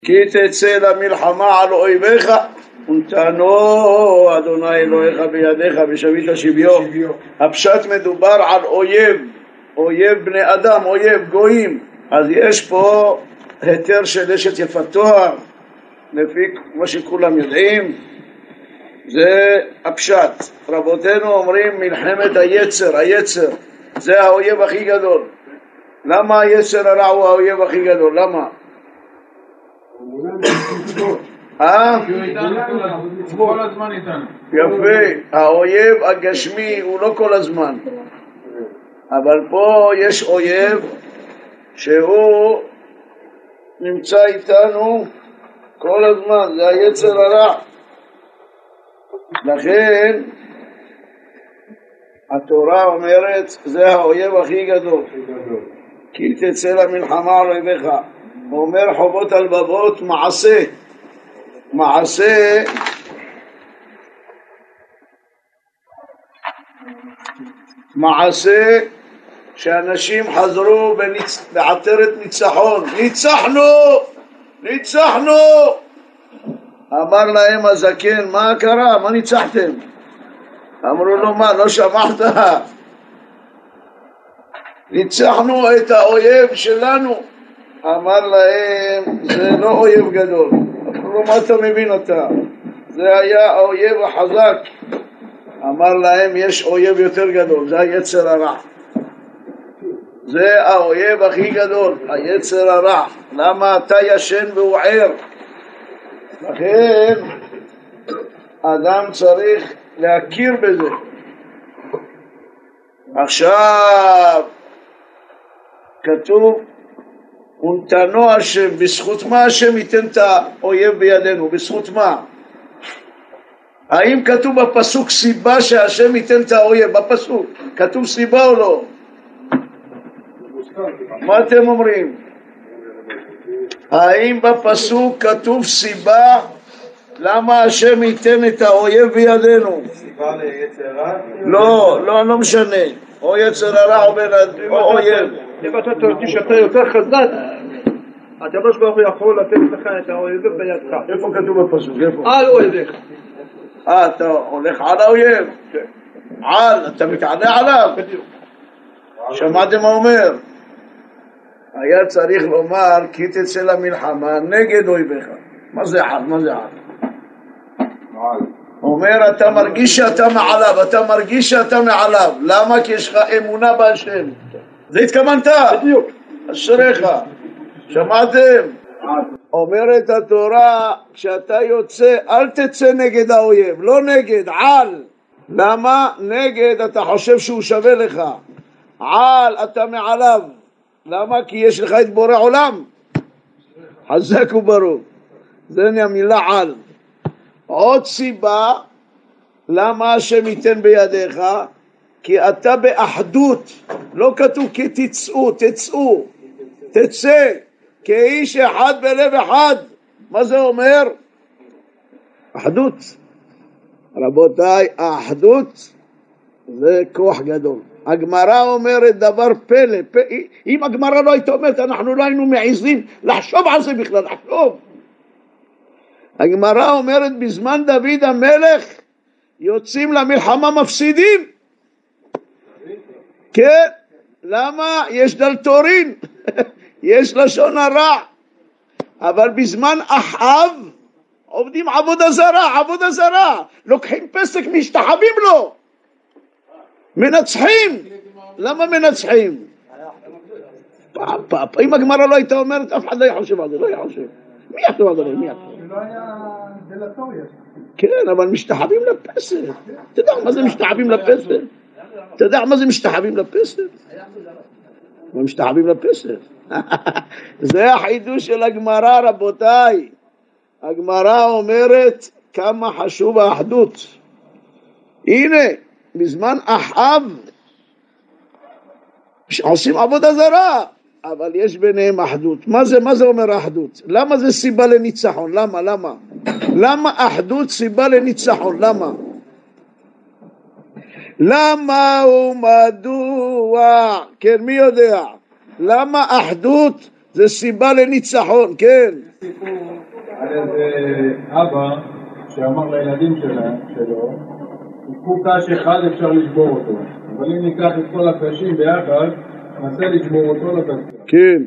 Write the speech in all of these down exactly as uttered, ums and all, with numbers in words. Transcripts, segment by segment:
כי תצא למלחמה על אויביך ונתנו אדוני אלוהיך בידיך ושבית שביו. הפשט מדובר על אויב, אויב בני אדם, אויב גויים. אז יש פה היתר של אשת יפת תואר, לפי מה שכולם יודעים, זה הפשט. רבותינו אומרים מלחמת היצר, היצר זה האויב הכי גדול. למה היצר הרע הוא האויב הכי גדול? למה? אה? כל הזמן איתנו. יפה, האויב הגשמי הוא לא כל הזמן, אבל פה יש אויב שהוא נמצא איתנו כל הזמן, זה היצר הרע. לכן התורה אומרת זה האויב הכי גדול, כי תצא למלחמה על אויביך. הוא אומר חובות הלבבות מעשה, מעשה מעשה שאנשים חזרו בניצ... בעטרת ניצחון, ניצחנו, ניצחנו. אמר להם הזקן, מה קרה? מה ניצחתם? אמרו לו, מה, לא שמעת? ניצחנו את האויב שלנו. אמר להם, זה לא אויב גדול. אמרו לו, מה אתה מבין אתה? זה היה האויב החזק. אמר להם, יש אויב יותר גדול, זה היצר הרע. זה האויב הכי גדול, היצר הרע. למה אתה ישן והוא ער? לכן אדם צריך להכיר בזה. עכשיו כתוב ונתנו השם, בזכות מה השם ייתן את האויב בידינו? בזכות מה? האם כתוב בפסוק סיבה שהשם ייתן את האויב? בפסוק כתוב סיבה או לא? מה אתם אומרים? האם בפסוק כתוב סיבה למה השם ייתן את האויב בידינו? סיבה ליצר הרע? לא, לא, לא משנה. או יצר הרע או אויב. אם אתה תרגיש שאתה יותר חזק, הקדוש ברוך הוא יכול לתת לך את האויב בידך. איפה כתוב בפסוק? איפה? על אויביך. אה, אתה הולך על האויב? כן. על, אתה מתעלה עליו? בדיוק. שמעתם מה אומר? היה צריך לומר כי תצא למלחמה נגד אויביך. מה זה על? מה זה על? אומר אתה מרגיש שאתה מעליו, אתה מרגיש שאתה מעליו. למה? כי יש לך אמונה בהשם. זה התכוונת? בדיוק. אשריך. שמעתם? אומרת התורה, כשאתה יוצא אל תצא נגד האויב, לא נגד, על. למה? נגד אתה חושב שהוא שווה לך, על אתה מעליו. למה? כי יש לך את בורא עולם, חזק וברוך. זה המילה על. עוד סיבה למה השם ייתן בידיך, כי אתה באחדות. לא כתוב כי תצאו, תצאו, תצא כאיש אחד בלב אחד. מה זה אומר? אחדות. רבותיי, האחדות זה כוח גדול. הגמרא אומרת דבר פלא, פ... אם הגמרא לא הייתה אומרת אנחנו לא היינו מעזים לחשוב על זה בכלל, לחשוב. הגמרא אומרת בזמן דוד המלך יוצאים למלחמה מפסידים. כן, למה? יש דלתורין, יש לשון הרע. אבל בזמן אחאב עובדים עבודה זרה, עבודה זרה, לוקחים פסק משתחווים לו, מנצחים. למה מנצחים? אם הגמרא לא הייתה אומרת אף אחד לא יחשב על זה, לא יחשב. מי יחשב על זה? מי יחשב? לא היה דלתוריה. כן, אבל משתחווים לפסק. אתה יודע מה זה משתחווים לפסק? אתה יודע מה זה משתחווים לפסק? מה משתחווים לפסק? זה החידוש של הגמרא, רבותיי. הגמרא אומרת כמה חשוב האחדות. הנה, בזמן אחאב עושים עבודה זרה, אבל יש ביניהם אחדות. מה זה, מה זה אומר אחדות? למה זה סיבה לניצחון? למה, למה? למה אחדות סיבה לניצחון? למה? למה ומדוע? כן, מי יודע? למה אחדות זה סיבה לניצחון, כן. סיפור על איזה אבא שאמר לילדים שלה, שלו, תיקחו קש אחד אפשר לשבור אותו, אבל אם ניקח את כל הקשים ביחד, ננסה לשבור אותו לקש. כן,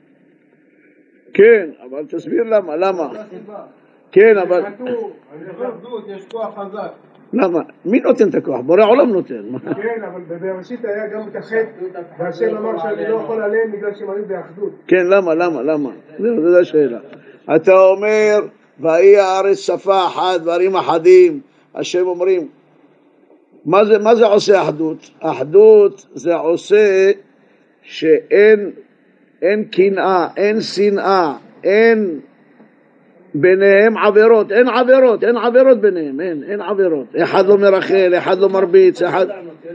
כן, אבל תסביר למה, למה? כן, אבל... יש כוח חזק. למה? מי נותן את הכוח? בורא עולם נותן. כן, אבל בבראשית היה גם את החטא, והשם אמר שאני לא יכול עליהם בגלל שהם היו באחדות. כן, למה, למה, למה? זו השאלה. אתה אומר, ויהי הארץ שפה אחת, דברים אחדים, השם אומרים, מה זה, מה זה עושה אחדות? אחדות זה עושה שאין אין קנאה, אין שנאה, אין ביניהם עבירות, אין עבירות, אין עבירות ביניהם, אין, אין עבירות. אחד לא מרחל, אחד לא מרביץ, אחד...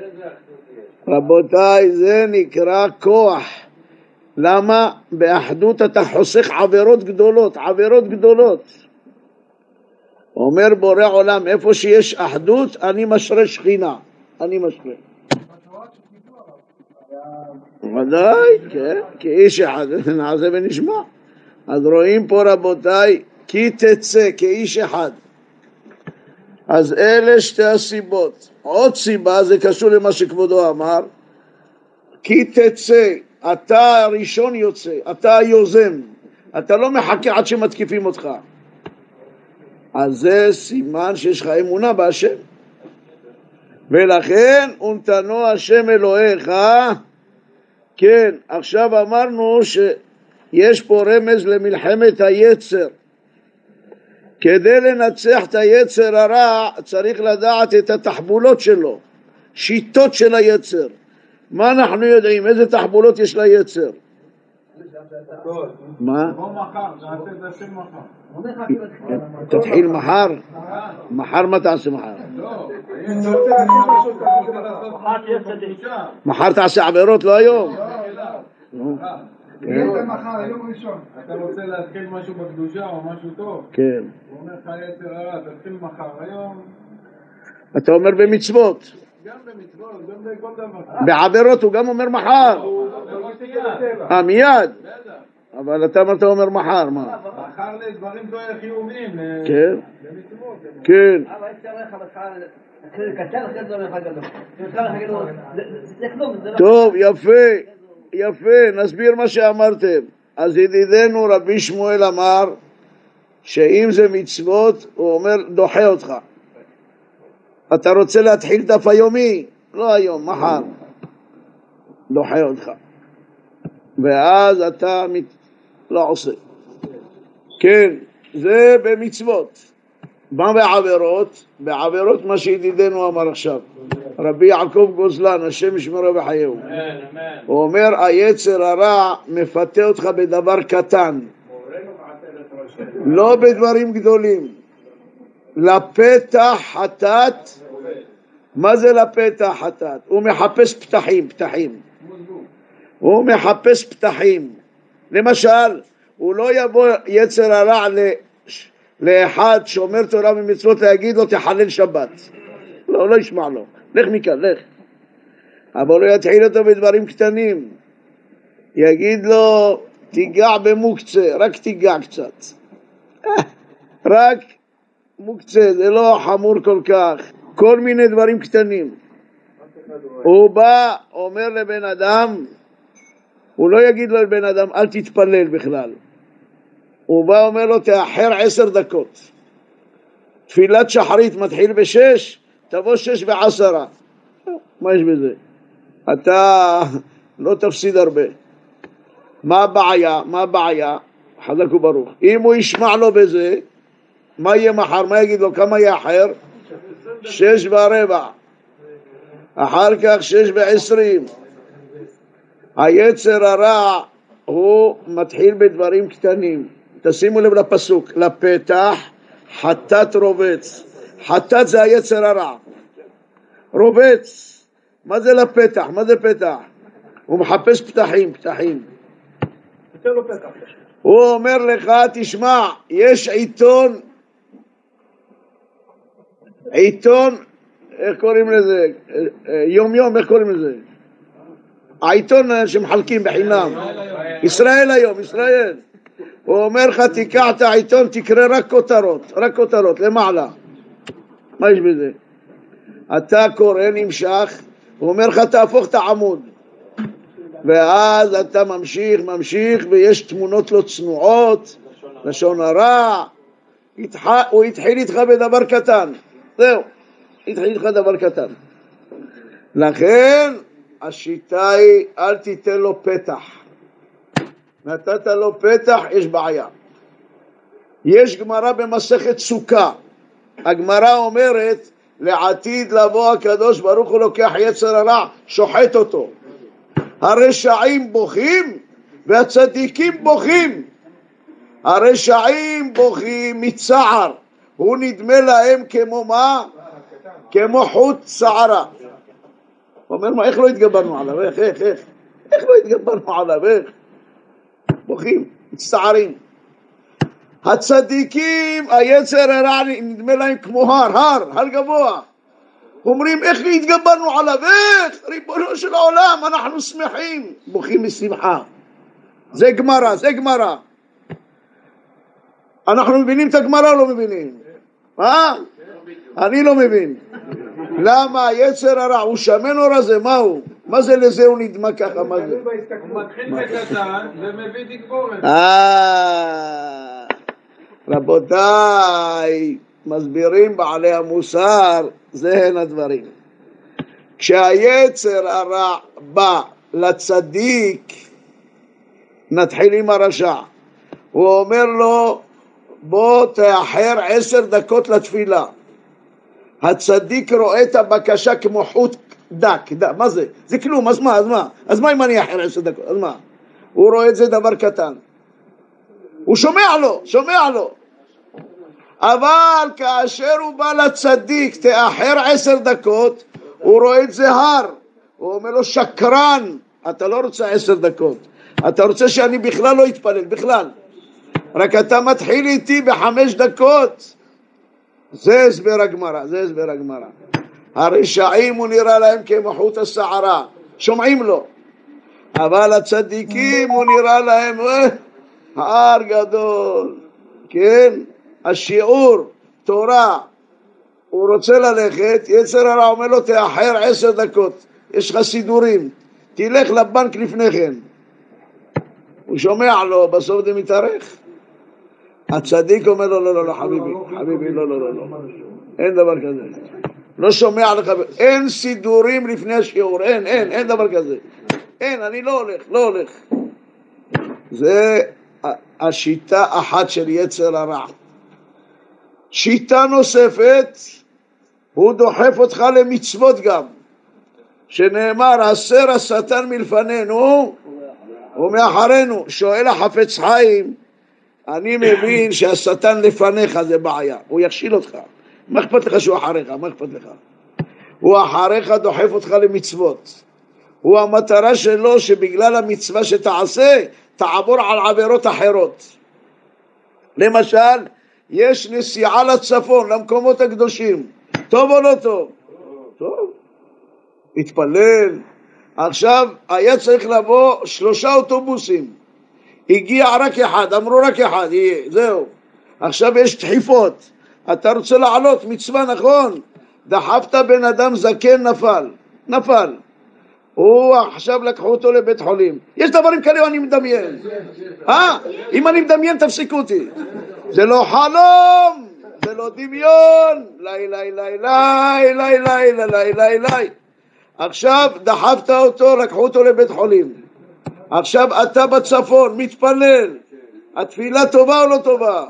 רבותיי, זה נקרא כוח. למה? באחדות אתה חוסך עבירות גדולות, עבירות גדולות. אומר בורא עולם, איפה שיש אחדות, אני משרה שכינה, אני משרה. ודאי, כן, כאיש אחד, נעשה ונשמע. אז רואים פה רבותיי, כי תצא כאיש אחד. אז אלה שתי הסיבות. עוד סיבה, זה קשור למה שכבודו אמר, כי תצא, אתה הראשון יוצא, אתה היוזם, אתה לא מחכה עד שמתקיפים אותך. אז זה סימן שיש לך אמונה בהשם. ולכן, ונתנו השם אלוהיך, כן, עכשיו אמרנו שיש פה רמז למלחמת היצר. כדי לנצח את היצר הרע צריך לדעת את התחבולות שלו, שיטות של היצר. מה אנחנו יודעים? איזה תחבולות יש ליצר? מה? תתחיל מחר? מחר מה תעשה מחר? מחר תעשה עבירות, לא היום? אתה רוצה להתחיל משהו בקדושה או משהו טוב? כן. הוא אומר לך יצר הרע, תתחיל מחר, היום... אתה אומר במצוות. גם במצוות, גם בכל דבר. בעבירות הוא גם אומר מחר. אה, מיד. אבל אתה מה אתה אומר מחר, מה? מחר לדברים חיוביים. כן. כן. אבל יש לך מחר, זה קטן אחרי זה אומר לך גדול. זה כלום. טוב, יפה. יפה, נסביר מה שאמרתם. אז ידידנו רבי שמואל אמר שאם זה מצוות, הוא אומר דוחה אותך. אתה רוצה להתחיל דף היומי? לא היום, מחר. דוחה אותך. ואז אתה מת... לא עושה. כן, זה במצוות. מה בעבירות? בעבירות מה שידידנו אמר עכשיו. רבי יעקב גוזלן, השם ישמרו בחייהו. הוא אומר, היצר הרע מפתה אותך בדבר קטן. לא בדברים גדולים. לפתח חטאת. מה זה לפתח חטאת? הוא מחפש פתחים, פתחים. הוא מחפש פתחים. למשל, הוא לא יבוא יצר הרע לאחד שומר תורה ומצוות להגיד לו תחלל שבת. לא, לא ישמע לו. לך מכאן, לך. אבל הוא יתחיל אותו בדברים קטנים. יגיד לו, תיגע במוקצה, רק תיגע קצת. רק מוקצה, זה לא חמור כל כך. כל מיני דברים קטנים. הוא בא, אומר לבן אדם, הוא לא יגיד לו לבן אדם, אל תתפלל בכלל. הוא בא, אומר לו, תאחר עשר דקות. תפילת שחרית מתחיל בשש, תבוא שש ועשרה. מה יש בזה? אתה לא תפסיד הרבה. מה הבעיה? מה הבעיה? חזק וברוך. אם הוא ישמע לו בזה, מה יהיה מחר? מה יגיד לו? כמה יאחר? שש ורבע. אחר כך שש ועשרים. היצר הרע הוא מתחיל בדברים קטנים. תשימו לב לפסוק, לפתח חטאת רובץ. חטאת זה היצר הרע. רובץ. מה זה לפתח? מה זה פתח? הוא מחפש פתחים, פתחים. הוא אומר לך, תשמע, יש עיתון, עיתון, איך קוראים לזה? יום יום, איך קוראים לזה? העיתון שמחלקים בחינם, ישראל היום, ישראל. הוא אומר לך תיקח את העיתון, תקרא רק כותרות, רק כותרות, למעלה. מה יש בזה? אתה קורא נמשך, הוא אומר לך תהפוך את העמוד. ואז אתה ממשיך, ממשיך, ויש תמונות לא צנועות, לשון הרע. הוא התחיל איתך בדבר קטן, זהו, התחיל איתך דבר קטן. לכן השיטה היא אל תיתן לו פתח. נתת לו פתח, יש בעיה. יש גמרא במסכת סוכה, הגמרא אומרת לעתיד לבוא הקדוש ברוך הוא לוקח יצר הרע, שוחט אותו. הרשעים בוכים והצדיקים בוכים. הרשעים בוכים מצער, הוא נדמה להם כמו מה? כמו חוט שערה. הוא אומר מה, איך לא התגברנו עליו? איך, איך, איך? איך לא התגברנו עליו? איך? בוכים, מצטערים. הצדיקים, היצר הרע נדמה להם כמו הר, הר, הר גבוה. אומרים איך התגברנו עליו? איך? ריבונו של העולם, אנחנו שמחים. בוכים משמחה. זה גמרא, זה גמרא. אנחנו מבינים את הגמרא או לא מבינים? אה? אני לא מבין. למה היצר הרע הוא שמן או רזה? מה הוא? מה זה לזה הוא נדמה ככה? מה זה? הוא מתחיל בקטן ומביא תגבורת. אה, רבותיי, מסבירים בעלי המוסר, זה הן הדברים. כשהיצר הרע בא לצדיק, נתחיל עם הרשע. הוא אומר לו, בוא תאחר עשר דקות לתפילה. הצדיק רואה את הבקשה כמו חוט דק, דק. מה זה? זה כלום, אז מה, אז מה? אז מה אם אני אחר עשר דקות? אז מה? הוא רואה את זה דבר קטן. הוא שומע לו, שומע לו. אבל כאשר הוא בא לצדיק, תאחר עשר דקות, הוא רואה את זה הר. הוא אומר לו, שקרן, אתה לא רוצה עשר דקות. אתה רוצה שאני בכלל לא אתפלל, בכלל. רק אתה מתחיל איתי בחמש דקות. זה הסבר הגמרא, זה הסבר הגמרא. הרשעים הוא נראה להם כמו חוט השערה, שומעים לו. אבל הצדיקים הוא נראה להם הר גדול. כן, השיעור, תורה, הוא רוצה ללכת, יצר הרע אומר לו תאחר עשר דקות, יש לך סידורים, תלך לבנק לפני כן. הוא שומע לו, בסוף זה מתארך. הצדיק אומר לו, לא, לא, לא, חביבי, חביבי, לא, לא, לא, לא. אין דבר כזה. לא שומע לך, אין סידורים לפני השיעור, אין, אין, אין דבר כזה. אין, אני לא הולך, לא הולך. זה השיטה אחת של יצר הרע. שיטה נוספת, הוא דוחף אותך למצוות גם. שנאמר, הסר השטן מלפנינו ומאחרינו. שואל החפץ חיים, אני מבין שהשטן לפניך זה בעיה, הוא יכשיל אותך. מה אכפת לך שהוא אחריך? מה אכפת לך? הוא אחריך דוחף אותך למצוות. הוא המטרה שלו שבגלל המצווה שתעשה, תעבור על עבירות אחרות. למשל, יש נסיעה לצפון, למקומות הקדושים. טוב או לא טוב? טוב. התפלל. עכשיו היה צריך לבוא שלושה אוטובוסים. הגיע רק אחד, אמרו רק אחד, זהו. עכשיו יש דחיפות. אתה רוצה לעלות, מצווה נכון. דחפת בן אדם זקן, נפל. נפל. הוא עכשיו לקחו אותו לבית חולים. יש דברים כאלה אני מדמיין. אה? אם אני מדמיין תפסיקו אותי. זה לא חלום, זה לא דמיון. לי לי לי לי לי לי לי לי לי. עכשיו דחפת אותו, לקחו אותו לבית חולים. עכשיו אתה בצפון, מתפלל. התפילה טובה או לא טובה?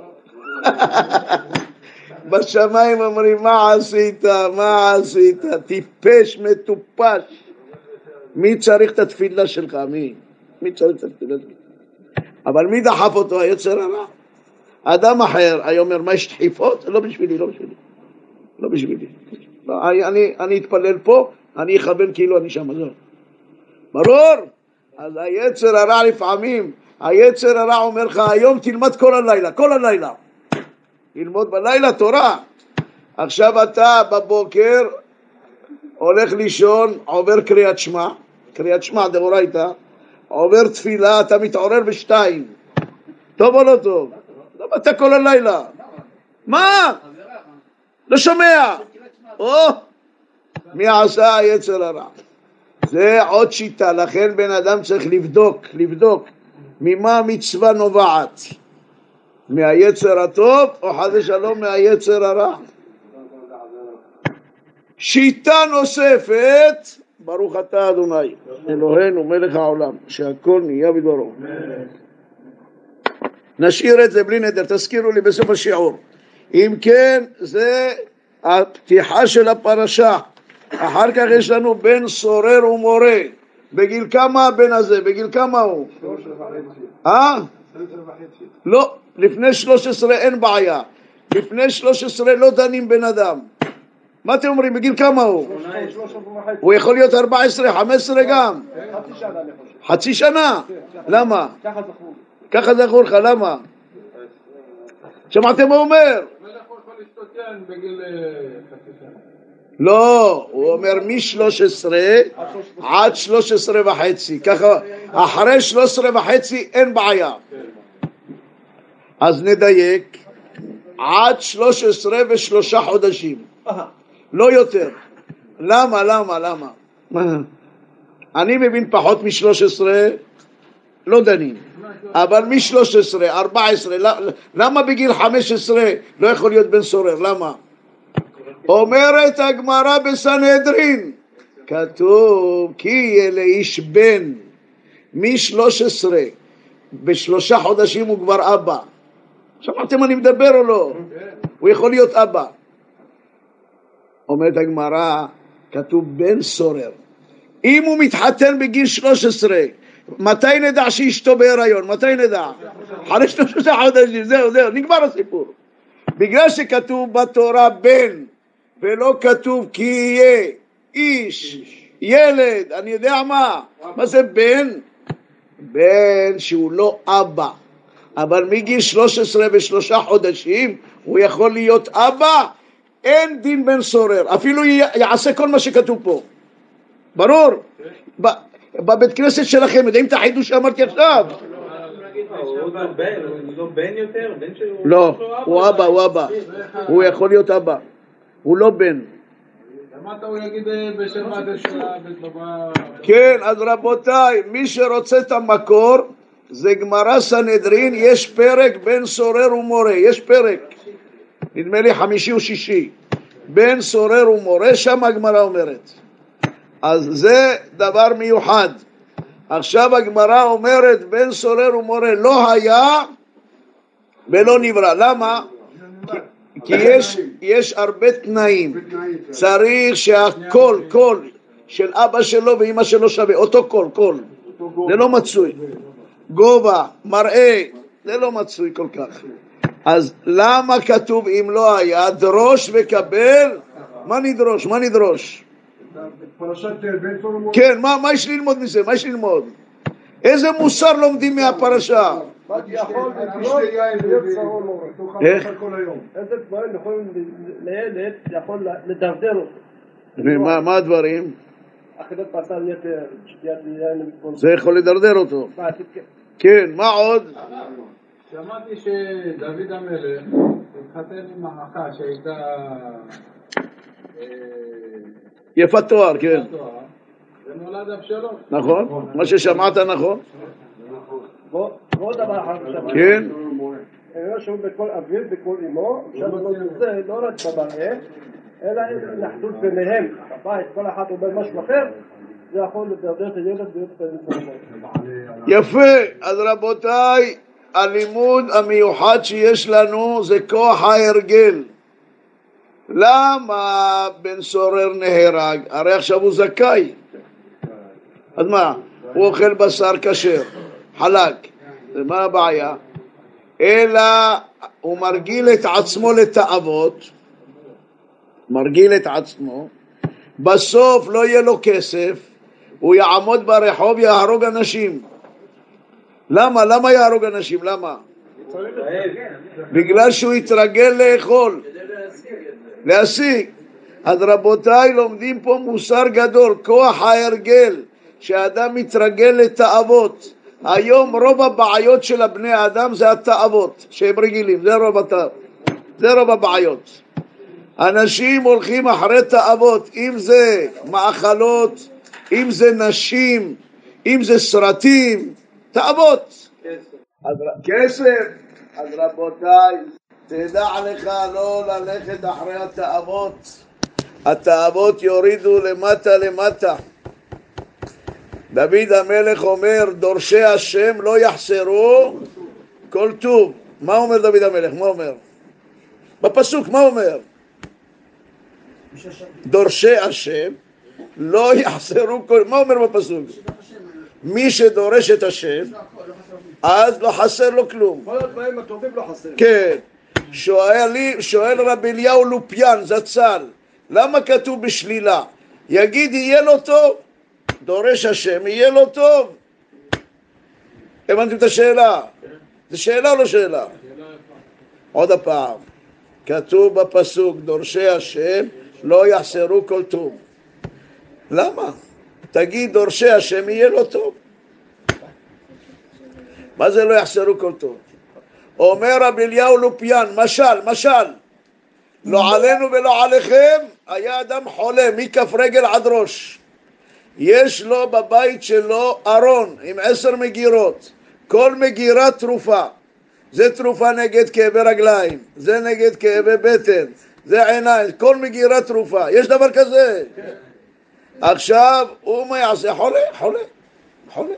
בשמיים אומרים, מה עשית? מה עשית? טיפש, מטופש. מי צריך את התפילה שלך? מי? מי צריך את התפילה שלך? אבל מי דחף אותו? היצר הרע. אדם אחר, היה אומר, מה יש דחיפות? לא בשבילי, לא בשבילי. לא בשבילי. לא, אני, אני אתפלל פה, אני אכוון כאילו אני שם. זהו. ברור? אז היצר הרע לפעמים, היצר הרע אומר לך, היום תלמד כל הלילה, כל הלילה. ללמוד בלילה תורה. עכשיו אתה בבוקר הולך לישון, עובר קריאת שמע, קריאת שמע דאורייתא, עובר תפילה, אתה מתעורר בשתיים. טוב או לא טוב? למה אתה כל הלילה? מה? לא שומע. או, מי עשה היצר הרע? זה עוד שיטה, לכן בן אדם צריך לבדוק, לבדוק ממה המצווה נובעת. מהיצר הטוב או חס ושלום מהיצר הרע. שיטה נוספת, ברוך אתה אדוני אלוהינו מלך העולם שהכל נהיה בדברו. נשאיר את זה בלי נדר, תזכירו לי בסוף השיעור. אם כן, זה הפתיחה של הפרשה. אחר כך יש לנו בן סורר ומורה. בגיל כמה הבן הזה? בגיל כמה הוא? אה? לא, לפני שלוש עשרה אין בעיה. לפני שלוש עשרה לא דנים בן אדם. מה אתם אומרים? בגיל כמה הוא? הוא יכול להיות ארבע עשרה, חמש עשרה גם. חצי שנה. חצי שנה? למה? ככה זכור. ככה זכור לך, למה? שמעתם מה הוא אומר? המלך הוא יכול לשתות יין בגיל חצי שנה. לא, הוא אומר מ-שלוש עשרה עד שלוש עשרה וחצי. ככה, אחרי שלוש עשרה וחצי אין בעיה. אז נדייק, עד שלוש עשרה ושלושה חודשים. לא יותר. למה, למה, למה? אני מבין פחות מ-שלוש עשרה, לא דנים. אבל מ-שלוש עשרה, ארבע עשרה, למה בגיל חמש עשרה לא יכול להיות בן סורר? למה? אומרת הגמרא בסנהדרין, כתוב כי יהיה לאיש בן מ-שלוש עשרה, בשלושה חודשים הוא כבר אבא. שמעתם אני מדבר או לא? הוא יכול להיות אבא. אומרת הגמרא, כתוב בן סורר. אם הוא מתחתן בגיל שלוש עשרה, מתי נדע שאשתו בהיריון? מתי נדע? אחרי שלושה חודשים, זהו, זהו, נגמר הסיפור. בגלל שכתוב בתורה בן, ולא כתוב כי יהיה איש, ילד, אני יודע מה. מה זה בן? בן שהוא לא אבא. אבל מגיל שלוש עשרה ושלושה חודשים הוא יכול להיות אבא. אין דין בן סורר, אפילו יעשה כל מה שכתוב פה. ברור? בבית כנסת שלכם, יודעים את החידוש שאמרתי עכשיו? הוא לא בן יותר? לא, הוא אבא, הוא אבא. הוא יכול להיות אבא. הוא לא בן. למטה הוא יגיד בשם מה זה של הבית בבא... כן, אז רבותיי, מי שרוצה את המקור, זה גמרא סנהדרין, יש פרק בן סורר ומורה, יש פרק. נדמה לי חמישי או שישי. בן סורר ומורה, שם הגמרא אומרת. אז זה דבר מיוחד. עכשיו הגמרא אומרת בן סורר ומורה לא היה ולא נברא. למה? כי, כי יש, יש הרבה תנאים. צריך שהקול, קול של אבא שלו ואמא שלו שווה, אותו קול, קול. זה לא מצוי. גובה, מראה, זה לא מצוי כל כך. אז למה כתוב אם לא היה? דרוש וקבל. מה נדרוש? מה נדרוש? כן, מה, מה יש ללמוד מזה? מה יש ללמוד? איזה מוסר לומדים מהפרשה? איך? איזה דברים יכולים לילד יכול לדרדר אותו? מה הדברים? אכילת בשר יתר, שתיית יין. זה יכול לדרדר אותו. כן, מה עוד? שמעתי שדוד המלך התחתן עם האחה שהייתה יפת תואר, כן. ונולד אבשלום. נכון, מה ששמעת נכון. ועוד דבר אחר ששמעתי. כן. לא שהוא בכל אביו, בכל אמו, אפשר ללמוד את זה לא רק במראה, אלא איזו נחדות ביניהם. בבית, כל אחד אומר משהו אחר, זה יכול לדרדר את הילד להיות את הילד. יפה, אז רבותיי, הלימוד המיוחד שיש לנו זה כוח ההרגל. למה בן סורר נהרג? הרי עכשיו הוא זכאי. אז מה? הוא אוכל בשר כשר, חלק. זה מה הבעיה? אלא הוא מרגיל את עצמו לתאוות, מרגיל את עצמו, בסוף לא יהיה לו כסף, הוא יעמוד ברחוב, יהרוג אנשים. למה? למה יהרוג אנשים? למה? בגלל שהוא יתרגל לאכול, להשיג. אז רבותיי, לומדים פה מוסר גדול, כוח ההרגל, שאדם מתרגל לתאוות. היום רוב הבעיות של הבני האדם זה התאוות שהם רגילים, זה רוב, הת... זה רוב הבעיות. אנשים הולכים אחרי תאוות, אם זה מאכלות, אם זה נשים, אם זה סרטים, תאוות. כסף. אז רבותיי, תדע לך לא ללכת אחרי התאוות. התאוות יורידו למטה למטה. דוד המלך אומר, דורשי השם לא יחסרו כל טוב. מה אומר דוד המלך? מה אומר? בפסוק, מה אומר? דורשי השם לא יחסרו כל... מה אומר בפסוק? מי שדורש את השם, אז לא חסר לו כלום. כל הדברים הטובים לא חסר. כן. שואל, שואל רבי אליהו לופיאן, זצ"ל, למה כתוב בשלילה? יגיד יהיה לו טוב, דורש השם יהיה לו טוב. הבנתם את השאלה? זה שאלה או לא שאלה? עוד הפעם, כתוב בפסוק דורשי השם לא יחסרו כל טוב. למה? תגיד דורשי השם יהיה לו טוב. מה זה לא יחסרו כל טוב? אומר רבי אליהו לופיאן, משל, משל, לא עלינו ולא עליכם, היה אדם חולה מכף רגל עד ראש. יש לו בבית שלו ארון עם עשר מגירות, כל מגירה תרופה. זה תרופה נגד כאבי רגליים, זה נגד כאבי בטן, זה עיניים, כל מגירה תרופה. יש דבר כזה? עכשיו הוא מה יעשה? חולה, חולה, חולה.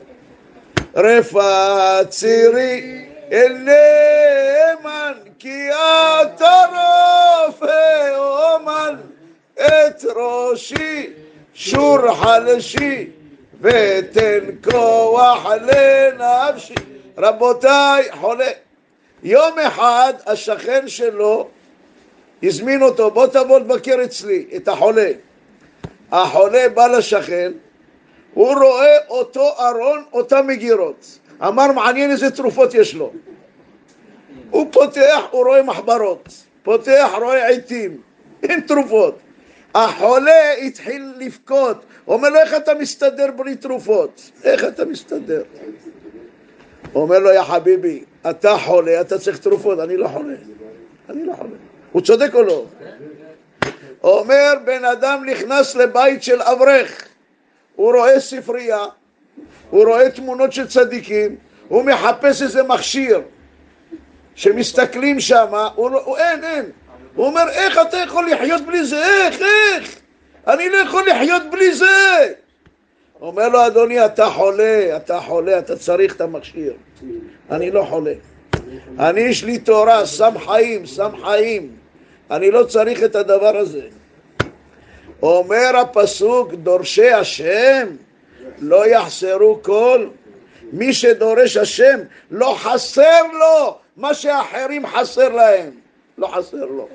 רפאת צירי אל נאמן כי אתה רופא אומן את ראשי שור חלשי ותן כוח לנפשי. רבותיי, חולה. יום אחד השכן שלו הזמין אותו, בוא תבוא לבקר אצלי, את החולה. החולה בא לשכן, הוא רואה אותו ארון, אותה מגירות. אמר, מעניין איזה תרופות יש לו. הוא פותח, הוא רואה מחברות. פותח, רואה עיתים. אין תרופות. החולה התחיל לבכות. אומר לו, איך אתה מסתדר בלי תרופות? איך אתה מסתדר? אומר לו, יא חביבי, אתה חולה, אתה צריך תרופות. אני לא חולה. אני לא חולה. הוא צודק או לא? אומר, בן אדם נכנס לבית של אברך. הוא רואה ספרייה, הוא רואה תמונות של צדיקים, הוא מחפש איזה מכשיר שמסתכלים שם, הוא, הוא אין, אין. הוא אומר, איך אתה יכול לחיות בלי זה? איך, איך? אני לא יכול לחיות בלי זה. הוא אומר לו, אדוני, אתה חולה, אתה חולה, אתה צריך את המכשיר. אני לא חולה. אני יש לי תורה, שם חיים, שם חיים. אני לא צריך את הדבר הזה. אומר הפסוק, דורשי השם לא יחסרו כל. מי שדורש השם לא חסר לו מה שאחרים חסר להם. לא חסר לו.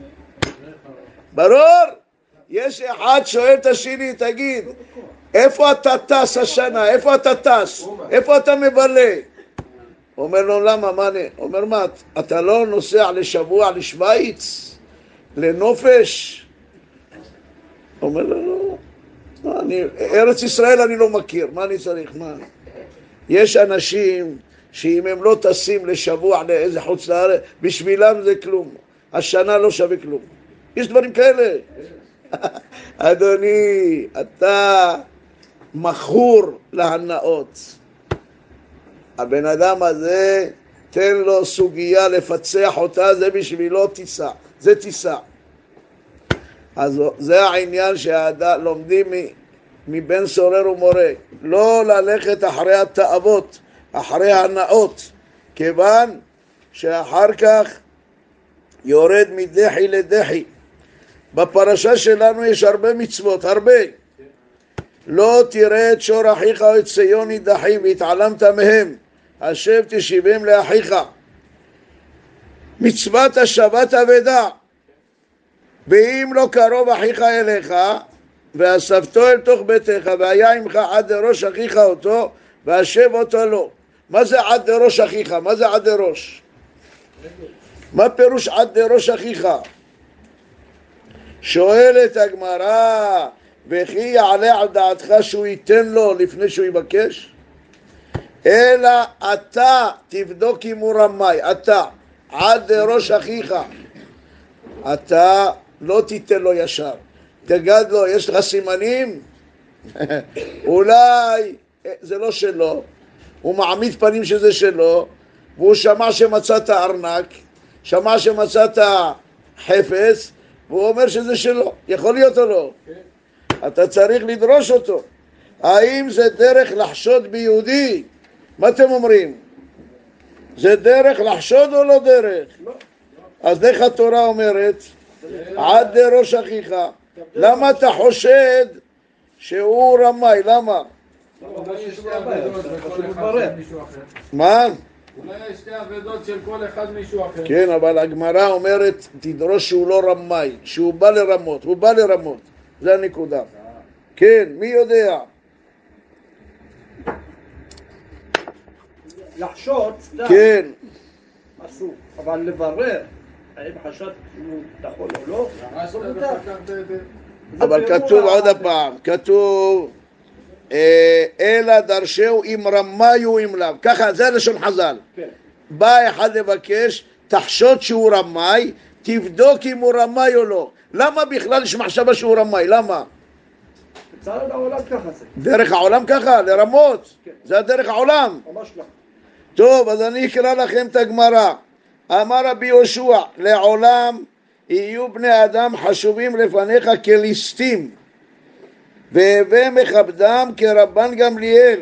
ברור? יש אחד שואל את השני, תגיד, איפה אתה טס השנה? איפה אתה טס? איפה אתה מבלה? אומר לו, למה? מה אני? אומר, מה, אתה לא נוסע לשבוע לשוויץ? לנופש? אומר לו, לא, אני, ארץ ישראל אני לא מכיר, מה אני צריך? מה? יש אנשים שאם הם לא טסים לשבוע לאיזה חוץ לארץ, בשבילם זה כלום. השנה לא שווה כלום. יש דברים כאלה. אדוני, אתה מכור להנאות. הבן אדם הזה, תן לו סוגיה לפצח אותה, זה בשבילו טיסה. זה טיסה. אז זה העניין שלומדים מבן סורר ומורה. לא ללכת אחרי התאוות, אחרי הנאות, כיוון שאחר כך יורד מדחי לדחי. בפרשה שלנו יש הרבה מצוות, הרבה. לא תראה את שור אחיך או את ציון נידחים והתעלמת מהם, השב תשיבם לאחיך. מצוות השבת אבדה. ואם לא קרוב אחיך אליך ואספתו אל תוך ביתך והיה עמך עד דראש אחיך אותו והשב אותו לו. מה זה עד דראש אחיך? מה זה עד דראש? מה פירוש עד דראש אחיך? שואלת הגמרא, וכי יעלה על דעתך שהוא ייתן לו לפני שהוא יבקש? אלא אתה תבדוק אם הוא רמאי, אתה, עד ראש אחיך, אתה לא תיתן לו ישר, תגד לו, יש לך סימנים? אולי זה לא שלו, הוא מעמיד פנים שזה שלו, והוא שמע שמצאת ארנק, שמע שמצאת חפץ, והוא אומר שזה שלו, יכול להיות או לא? אתה צריך לדרוש אותו. האם זה דרך לחשוד ביהודי? מה אתם אומרים? זה דרך לחשוד או לא דרך? אז איך התורה אומרת? עד ראש אחיך. למה אתה חושד שהוא רמאי? למה? מה? אולי יש שתי עבודות של כל אחד מישהו אחר. כן, אבל הגמרא אומרת תדרוש שהוא לא רמאי, שהוא בא לרמות, הוא בא לרמות, זה הנקודה. כן, מי יודע? לחשוד, כן. אסור, אבל לברר האם חשד הוא נכון או לא, אסור לדעת. אבל כתוב עוד הפעם, כתוב אלא דרשהו אם רמאי הוא אם לאו, ככה זה לשון חז"ל. בא אחד לבקש, תחשוד שהוא רמאי, תבדוק אם הוא רמאי או לא. למה בכלל יש מחשבה שהוא רמאי? למה? בצד העולם ככה זה. דרך העולם ככה, לרמות, זה הדרך העולם. ממש לא. טוב, אז אני אקרא לכם את הגמרא. אמר רבי יהושע, לעולם יהיו בני אדם חשובים לפניך כליסטים, והווה מכבדם כרבן גמליאל.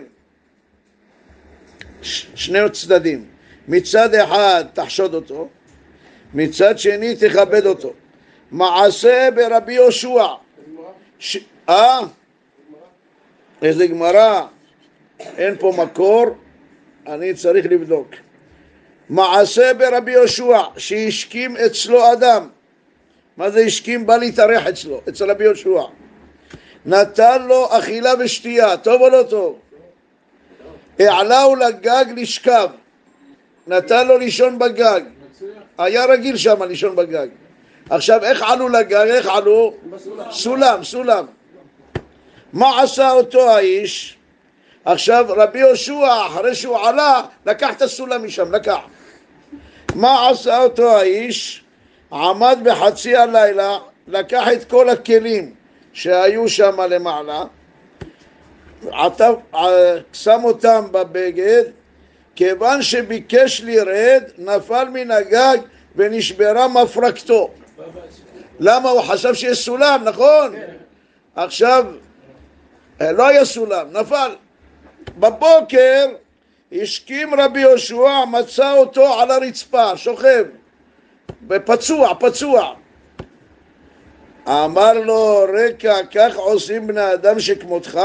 ש- שני צדדים, מצד אחד תחשוד אותו, מצד שני תכבד אותו. מעשה ברבי יהושע. ש... אה? איזה גמרא? אין פה מקור, אני צריך לבדוק. מעשה ברבי יהושע שהשכים אצלו אדם. מה זה השכים? בא להתארח אצלו, אצל רבי יהושע. נתן לו אכילה ושתייה, טוב או לא טוב? העלהו לגג לשכב, נתן לו לישון בגג, היה רגיל שם לישון בגג. עכשיו איך עלו לגג? איך עלו? סולם, סולם. מה עשה אותו האיש? עכשיו רבי יהושע אחרי שהוא עלה לקח את הסולם משם, לקח. מה עשה אותו האיש? עמד בחצי הלילה, לקח את כל הכלים שהיו שם למעלה, עטף, שם אותם בבגד, כיוון שביקש לרד נפל מן הגג ונשברה מפרקתו. למה? הוא חשב שיש סולם, נכון? עכשיו לא היה סולם, נפל. בבוקר השכים רבי יהושע, מצא אותו על הרצפה, שוכב ופצוע, פצוע. אמר לו, רקע, כך עושים בני אדם שכמותך?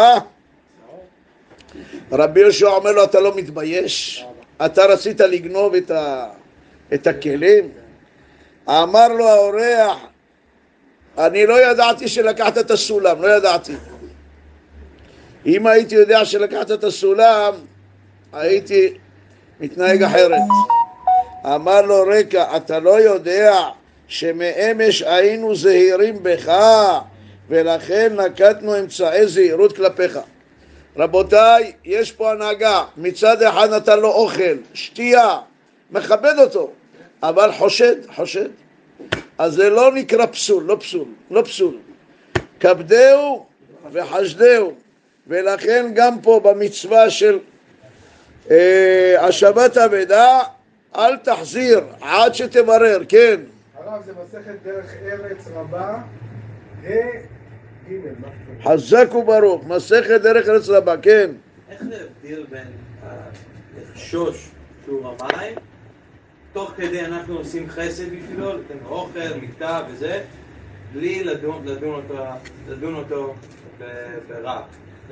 רבי יהושע אומר לו, אתה לא מתבייש? אתה רצית לגנוב את, ה... את הכלים? אמר לו האורח, אני לא ידעתי שלקחת את הסולם, לא ידעתי. אם הייתי יודע שלקחת את הסולם, הייתי מתנהג אחרת. אמר לו, רקע, אתה לא יודע שמאמש היינו זהירים בך, ולכן נקטנו אמצעי זהירות כלפיך. רבותיי, יש פה הנהגה, מצד אחד נתן לו אוכל, שתייה, מכבד אותו, אבל חושד, חושד. אז זה לא נקרא פסול, לא פסול, לא פסול. כבדהו וחשדהו. ולכן גם פה במצווה של אה, השבת אבדה, אל תחזיר עד שתברר, כן. הרב, זה מסכת דרך ארץ רבה, וג' חזק וברוך, מסכת דרך ארץ רבה, כן. איך זה הבדיר בין לחשוש שהוא רמאי, תוך כדי אנחנו עושים חסד בשבילו, לתת אוכל, מיטה וזה, בלי לדון, לדון אותו, לדון אותו ברע.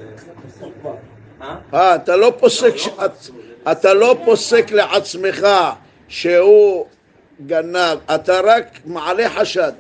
אה, אתה לא פוסק, אתה לא פוסק לעצמך שהוא גנב, אתה רק מעלה חשד.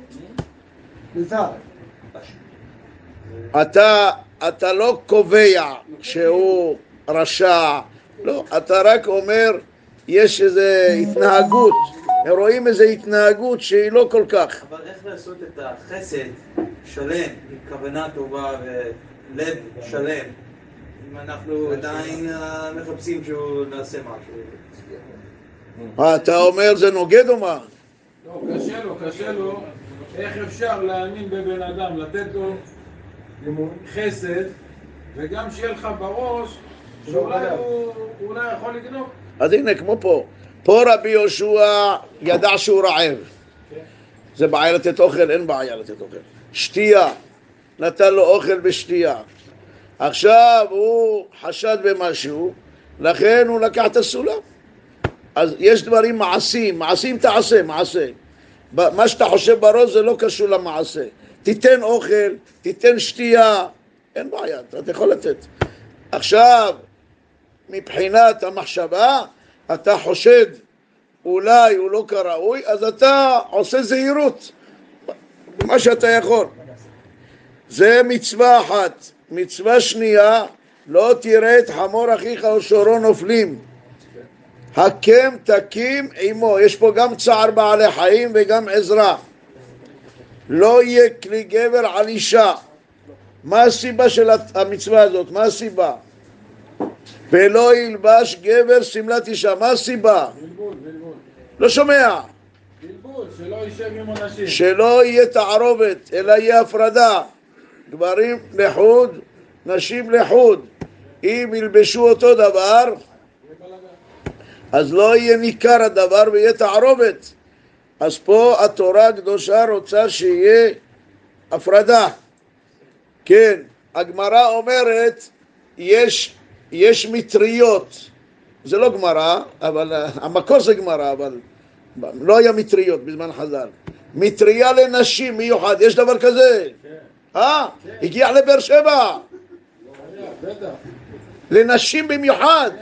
אתה, אתה לא קובע שהוא רשע, לא, אתה רק אומר יש איזו התנהגות, הם רואים איזו התנהגות שהיא לא כל כך. אבל איך לעשות את החסד שלם, עם כוונה טובה ולב שלם, אם אנחנו עדיין מחפשים שהוא נעשה משהו? אתה אומר זה נוגד או מה? לא, קשה לו, קשה לו. איך אפשר להאמין בבן אדם, לתת לו חסד, וגם שיהיה לך בראש שאולי הוא אולי יכול לגנוב. אז הנה, כמו פה. פה רבי יהושע ידע שהוא רעב. זה בעיה לתת אוכל? אין בעיה לתת אוכל. שתייה, נתן לו אוכל בשתייה. עכשיו הוא חשד במשהו, לכן הוא לקח את הסולם. אז יש דברים מעשים, מעשים תעשה, מעשה. מה שאתה חושב בראש זה לא קשור למעשה. תיתן אוכל, תיתן שתייה, אין בעיה, אתה יכול לתת. עכשיו, מבחינת המחשבה, אתה חושד, אולי הוא לא כראוי, אז אתה עושה זהירות, מה שאתה יכול. זה מצווה אחת. מצווה שנייה, לא תראה את חמור אחיך או שורו נופלים. הקם תקים עמו. יש פה גם צער בעלי חיים וגם עזרה. לא יהיה כלי גבר על אישה. מה הסיבה של המצווה הזאת? מה הסיבה? ולא ילבש גבר סמלת אישה. מה הסיבה? בלבול, בלבול. לא שומע. בלבול, שלא יישב עם אנשים. שלא יהיה תערובת, אלא יהיה הפרדה. גברים לחוד, נשים לחוד. אם ילבשו אותו דבר, אז לא יהיה ניכר הדבר ויהיה תערובת. אז פה התורה הקדושה רוצה שיהיה הפרדה. כן, הגמרא אומרת, יש, יש מטריות. זה לא גמרא, אבל המקור זה גמרא, אבל לא היה מטריות בזמן חז"ל. מטריה לנשים מיוחד, יש דבר כזה? אה? הגיע לבאר שבע. לנשים במיוחד.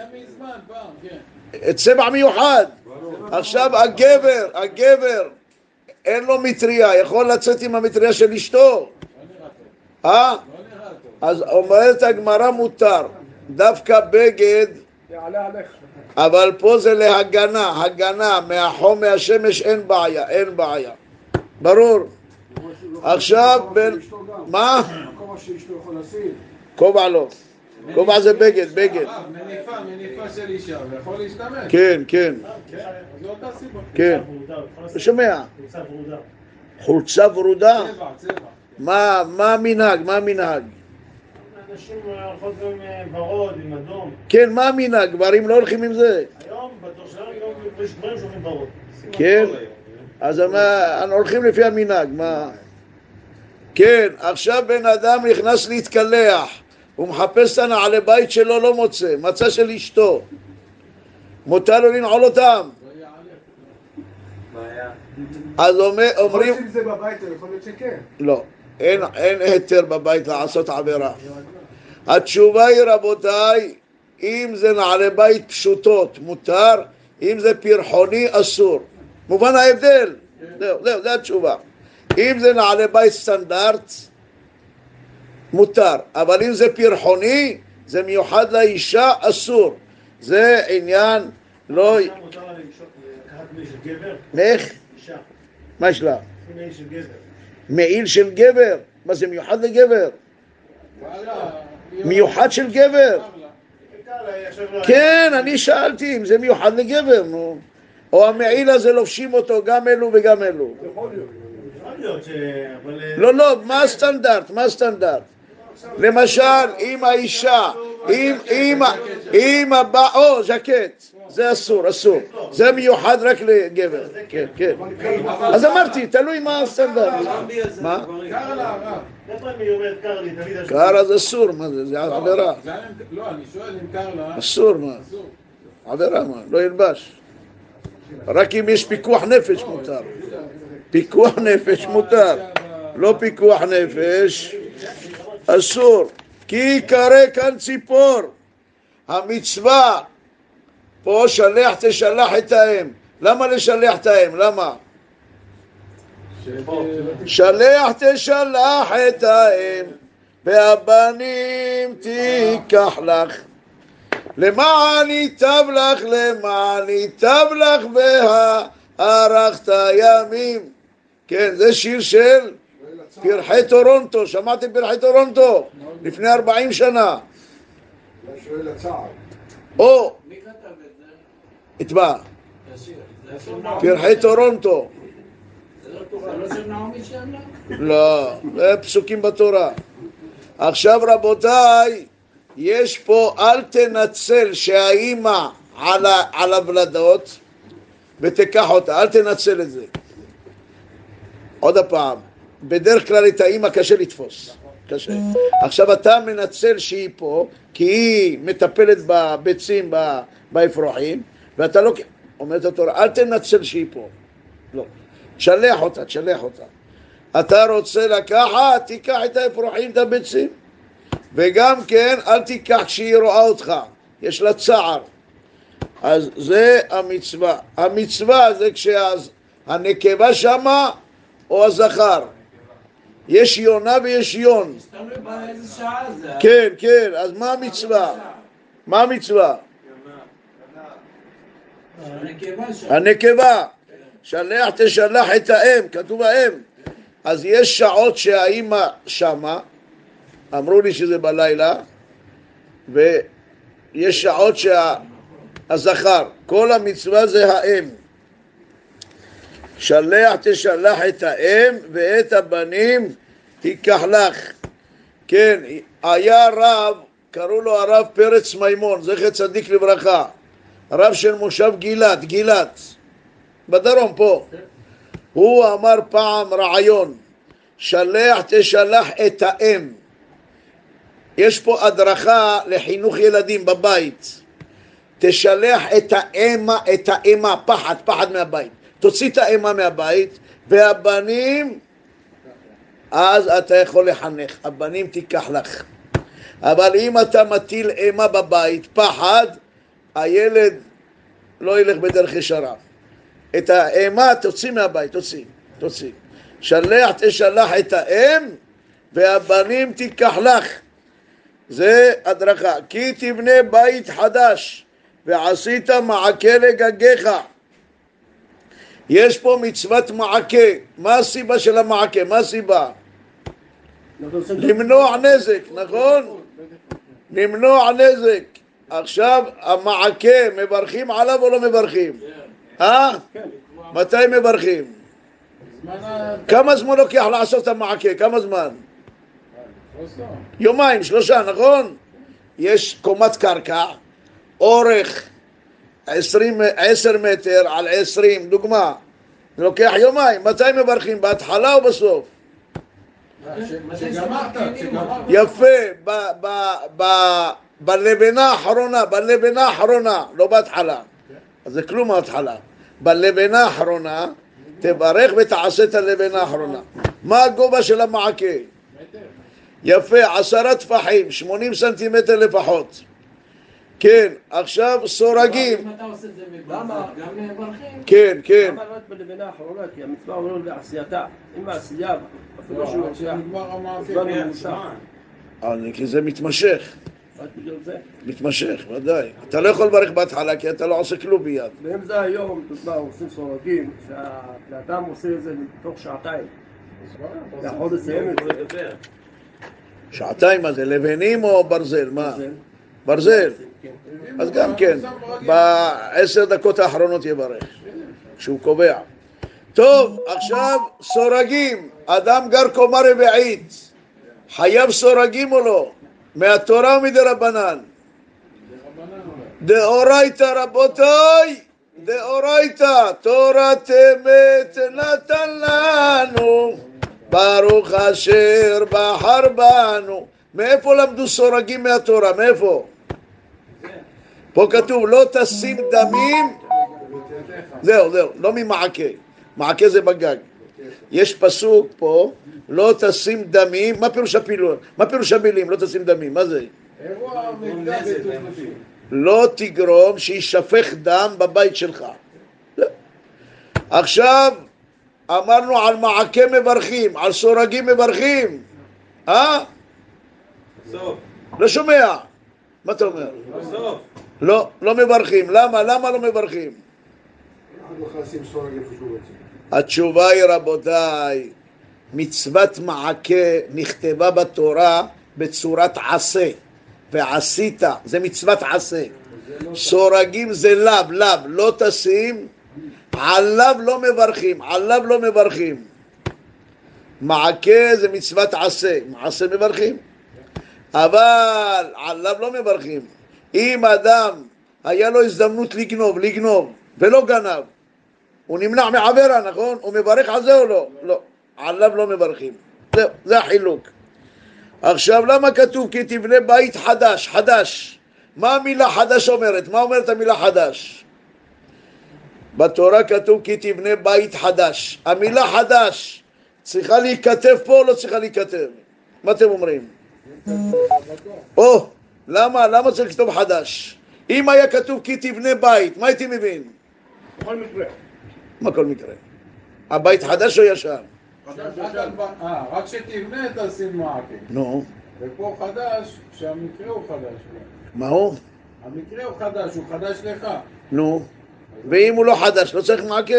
צבע מיוחד. עכשיו הגבר, הגבר אין לו מטריה, יכול לצאת עם המטריה של אשתו. אה? אז אומרת הגמרא מותר, דווקא בגד, אבל פה זה להגנה, הגנה מהחום מהשמש, אין בעיה, אין בעיה. ברור? עכשיו בין... מה? הכובע שאשתו יכול לשים. כובע לא. כובע זה בגד, בגד. מניפה, מניפה של אישה, ויכול להשתמש. כן, כן. זו אותה סיבה. כן. שומע? חולצה ורודה? צבע, צבע. מה, מה המנהג? מה המנהג? אנשים הולכות גם עם ורוד, עם אדום. כן, מה המנהג? גברים לא הולכים עם זה. היום, בתור שלנו, גם יש גברים שהולכים ורוד. כן? אז אנחנו הולכים לפי המנהג, מה? כן, עכשיו בן אדם נכנס להתקלח, הוא מחפש את הנעלי בית שלו, לא מוצא, מצא של אשתו. מותר לו לנעול אותם. אז אומרים... יכול להיות שזה בבית, יכול להיות שכן. לא, אין, אין היתר בבית לעשות עבירה. התשובה היא רבותיי, אם זה נעלי בית פשוטות מותר, אם זה פרחוני אסור. מובן ההבדל? זהו, זהו, זה התשובה. אם זה נעלי בית סטנדרט, מותר. אבל אם זה פרחוני, זה מיוחד לאישה, אסור. זה עניין לא... מותר לה לקחת מעיל של גבר? איך? אישה. מה יש לה? מעיל של גבר. מעיל של גבר? מה זה מיוחד לגבר? מיוחד של גבר? כן, אני שאלתי אם זה מיוחד לגבר, נו. או המעיל הזה לובשים אותו גם אלו וגם אלו. יכול להיות ש... לא, לא, מה הסטנדרט? מה הסטנדרט? למשל, אם האישה, אם, אם, אם הבא, או, ז'קט, זה אסור, אסור. זה מיוחד רק לגבר. כן, כן. אז אמרתי, תלוי מה הסטנדרט. מה? קר אז אסור, מה זה? זה עבירה. לא, אני שואל אם קר לה... אסור, מה? עבירה, מה? לא ילבש. רק אם יש פיקוח נפש מותר. פיקוח נפש מותר. לא פיקוח נפש, אסור. כי יקרא כאן ציפור. המצווה, פה שלח תשלח את האם. למה לשלח את האם? למה? שלח תשלח את האם, והבנים תיקח לך. למען ייטב לך, למען ייטב לך והארכת ימים. כן, זה שיר של פרחי טורונטו. שמעתם פרחי טורונטו? לפני ארבעים שנה. זה שואל הצער. או, מי כתב את זה? התבע, השיר. זה של נעמי. פרחי טורונטו. זה לא תורה, לא של נעמי שם? לא, זה פסוקים בתורה. עכשיו רבותיי, יש פה אל תנצל שהאימא על, ה, על הוולדות ותיקח אותה, אל תנצל את זה. עוד הפעם, בדרך כלל את האימא קשה לתפוס, קשה. עכשיו אתה מנצל שהיא פה, כי היא מטפלת בביצים, באפרוחים, ואתה לא, אומרת התורה, אל תנצל שהיא פה. לא, תשלח אותה, תשלח אותה. אתה רוצה לקחת, תיקח את האפרוחים, את הביצים. וגם כן, אל תיקח כשהיא רואה אותך, יש לה צער. אז זה המצווה. המצווה זה כשהנקבה שמה או הזכר. יש יונה ויש יון. תלוי באיזה שעה זה. כן, כן, אז מה המצווה? מה המצווה? הנקבה שם. הנקבה. שלח תשלח את האם, כתוב האם. אז יש שעות שהאימא שמה, אמרו לי שזה בלילה, ויש שעות שהזכר, כל המצווה זה האם. שלח תשלח את האם ואת הבנים תיקח לך. כן, היה רב, קראו לו הרב פרץ מימון, זכר צדיק לברכה, רב של מושב גילת, גילת, בדרום פה. הוא אמר פעם רעיון, שלח תשלח את האם. יש פה הדרכה לחינוך ילדים בבית. תשלח את האמא, את האמא, פחד, פחד מהבית. תוציא את האמא מהבית, והבנים, אז אתה יכול לחנך. הבנים תיקח לך. אבל אם אתה מטיל אמא בבית, פחד, הילד לא ילך בדרך ישרה. את האמא תוציא מהבית, תוציא, תוציא. שלח תשלח את האם, והבנים תיקח לך. זה הדרכה. כי תבנה בית חדש ועשית מעקה לגגיך. יש פה מצוות מעקה. מה הסיבה של המעקה? מה הסיבה? למנוע נזק, נכון? למנוע נזק. עכשיו המעקה, מברכים עליו או לא מברכים? אה? מתי מברכים? כמה זמן לוקח לעשות את המעקה? כמה זמן? יומיים, שלושה, נכון? יש קומת קרקע, אורך עשרים, עשר מטר על עשרים, דוגמה. זה לוקח יומיים. מתי מברכים? בהתחלה או בסוף? יפה, בלבנה האחרונה, בלבנה האחרונה, לא בהתחלה. אז זה כלום ההתחלה. בלבנה האחרונה, תברך ותעשה את הלבנה האחרונה. מה הגובה של המעקה? יפה, עשרה טפחים, שמונים סנטימטר לפחות. כן, עכשיו סורגים. אם אתה עושה את זה מבחר, גם מברכים? כן, כן. למה לא את בלבנה האחרונה? כי המצווה אומרת בעשייתה. אם בעשייה, אפילו שהוא מציע, זמן ממושך. כי זה מתמשך. רק בגלל זה. מתמשך, ודאי. אתה לא יכול לברך בהתחלה כי אתה לא עושה כלום ביד. ואם זה היום, דוגמה, עושים סורגים, שהאדם עושה את זה תוך שעתיים. אתה יכול לסיים את זה. שעתיים, מה זה? לבנים או ברזל? מה? ברזל. אז גם כן, בעשר דקות האחרונות יברך, כשהוא קובע. טוב, עכשיו סורגים. אדם גר קומה רביעית, חייב סורגים או לא? מהתורה או מדרבנן? דאורייתא רבותיי, דאורייתא, תורת אמת נתן לנו, ברוך אשר בחר בנו. מאיפה למדו סורגים מהתורה? מאיפה? פה כתוב לא תשים דמים. זהו, זהו, לא ממעקה. מעקה זה בגג. יש פסוק פה, לא תשים דמים. מה פירוש הפילול? מה פירוש המילים? לא תשים דמים, מה זה? לא תגרום שישפך דם בבית שלך. עכשיו אמרנו על מעקה מברכים, על סורגים מברכים. אה? בסוף. לא שומע. מה אתה אומר? בסוף. לא, לא מברכים. למה? למה לא מברכים? התשובה היא רבותיי, מצוות מעקה נכתבה בתורה בצורת עשה, ועשית, זה מצוות עשה. סורגים זה לאו, לאו, לא תשים, עליו לא מברכים, עליו לא מברכים. מעקה זה מצוות עשה, מעשה מברכים, אבל עליו לא מברכים. אם אדם היה לו הזדמנות לגנוב, לגנוב, ולא גנב, הוא נמנע מעבירה, נכון? הוא מברך על זה או לא? לא, עליו לא מברכים. זה, זה החילוק. עכשיו, למה כתוב כי תבנה בית חדש? חדש. מה המילה חדש אומרת? מה אומרת המילה חדש? בתורה כתוב כי תבנה בית חדש. המילה חדש צריכה להיכתב פה או לא צריכה להיכתב? מה אתם אומרים? או, למה? למה צריך לכתוב חדש? אם היה כתוב כי תבנה בית, מה הייתי מבין? בכל מקרה. מה כל מקרה? הבית חדש או ישן? אה, רק שתבנה תשים מעקה. נו. ופה חדש, שהמקרה הוא חדש. מה הוא? המקרה הוא חדש, הוא חדש לך. נו. ואם הוא לא חדש, לא צריך מעקה.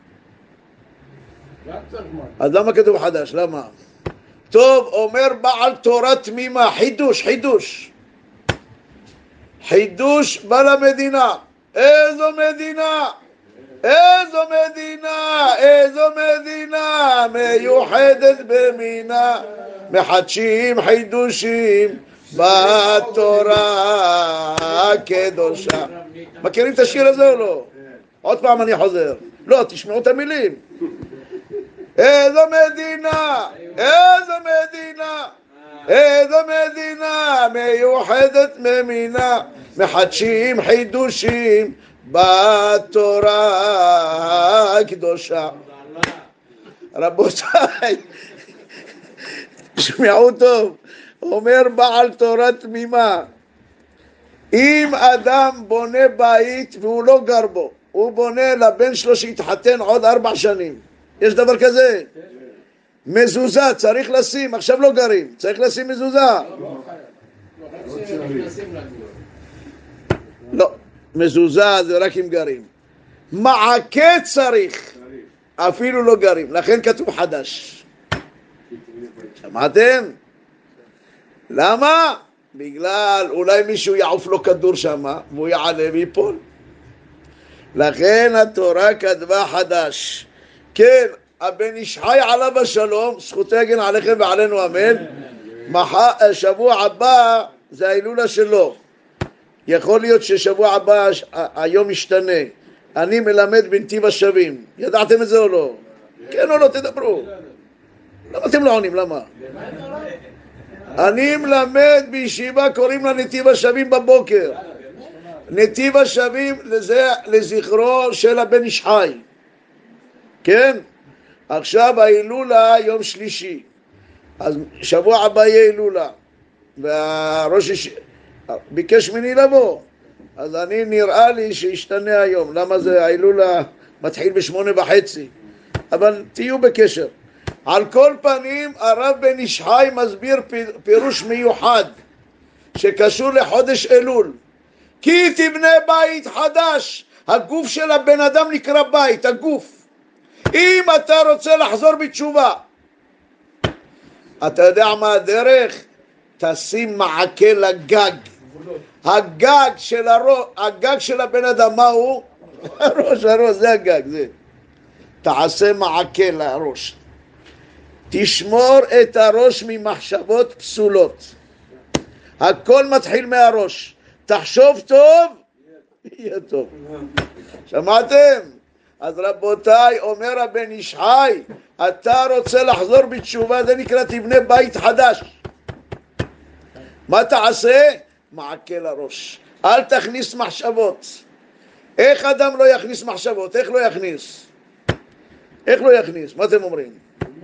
גם צריך מעקה. אז למה כתוב חדש? למה? טוב, אומר בעל תורה תמימה, חידוש, חידוש. חידוש בא למדינה. איזו מדינה? איזו מדינה? איזו מדינה מיוחדת במינה, מחדשים חידושים בתורה הקדושה. מכירים את השיר הזה או לא? עוד פעם אני חוזר. לא, תשמעו את המילים. איזו מדינה, איזו מדינה, איזו מדינה מיוחדת במינה, מחדשים חידושים בתורה הקדושה. רבותיי, שמעו טוב, אומר בעל תורה תמימה, אם אדם בונה בית והוא לא גר בו, הוא בונה לבן שלו שהתחתן עוד ארבע שנים, יש דבר כזה? מזוזה צריך לשים, עכשיו לא גרים, צריך לשים מזוזה. לא, מזוזה זה רק אם גרים. מעקה צריך, אפילו לא גרים, לכן כתוב חדש. שמעתם? למה? בגלל אולי מישהו יעוף לו כדור שם והוא יעלה ויפול. לכן התורה כתבה חדש. כן, הבן איש חי עליו השלום, זכותו יגן עליכם ועלינו אמן. מחר, שבוע הבא זה ההילולה שלו. יכול להיות ששבוע הבא היום ישתנה. אני מלמד בנתיב השבים. ידעתם את זה או לא? כן או לא? תדברו. למה אתם לא עונים? למה? אני מלמד בישיבה, קוראים לה נתיב השבים בבוקר. נתיב השבים לזה, לזכרו של הבן איש חי. כן? עכשיו ההילולה יום שלישי. אז שבוע הבא יהיה הילולה. והראש ביקש ממני לבוא. אז אני נראה לי שישתנה היום. למה זה ההילולה מתחיל בשמונה וחצי. אבל תהיו בקשר. על כל פנים הרב בן איש חי מסביר פירוש מיוחד שקשור לחודש אלול. כי תבנה בית חדש. הגוף של הבן אדם נקרא בית, הגוף. אם אתה רוצה לחזור בתשובה, אתה יודע מה הדרך? תשים מעקה לגג. הגג של הראש, הגג של הבן אדם, מה הוא? הראש, הראש, זה הגג, זה. תעשה מעקה לראש. תשמור את הראש ממחשבות פסולות. הכל מתחיל מהראש. תחשוב טוב, יהיה טוב. שמעתם? אז רבותיי, אומר הבן איש חי, אתה רוצה לחזור בתשובה, זה נקרא תבנה בית חדש. מה תעשה? מעקה לראש. אל תכניס מחשבות. איך אדם לא יכניס מחשבות? איך לא יכניס? איך לא יכניס? מה אתם אומרים?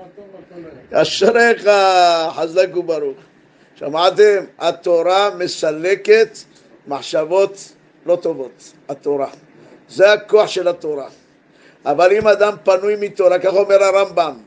אשריך חזק וברוך. שמעתם? התורה מסלקת מחשבות לא טובות. התורה. זה הכוח של התורה. אבל אם אדם פנוי מתורה, כך אומר הרמב"ם,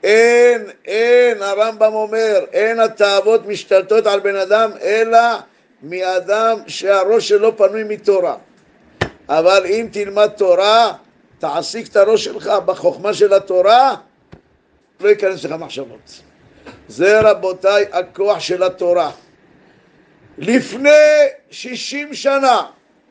אין, אין, הרמב"ם אומר, אין התאוות משתלטות על בן אדם, אלא מאדם שהראש שלו פנוי מתורה. אבל אם תלמד תורה, תעסיק את הראש שלך בחוכמה של התורה, לא ייכנס לך מחשבות. זה רבותיי הכוח של התורה. לפני שישים שנה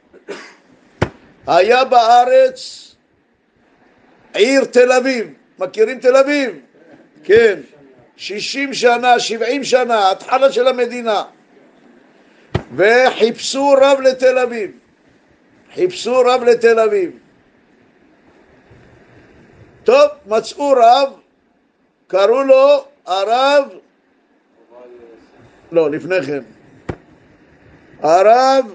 היה בארץ עיר תל אביב. מכירים תל אביב? כן. שישים שנה, שבעים שנה, התחלה של המדינה. וחיפשו רב לתל אביב. חיפשו רב לתל אביב. טוב, מצאו רב, קראו לו הרב, לא, לפני כן. הרב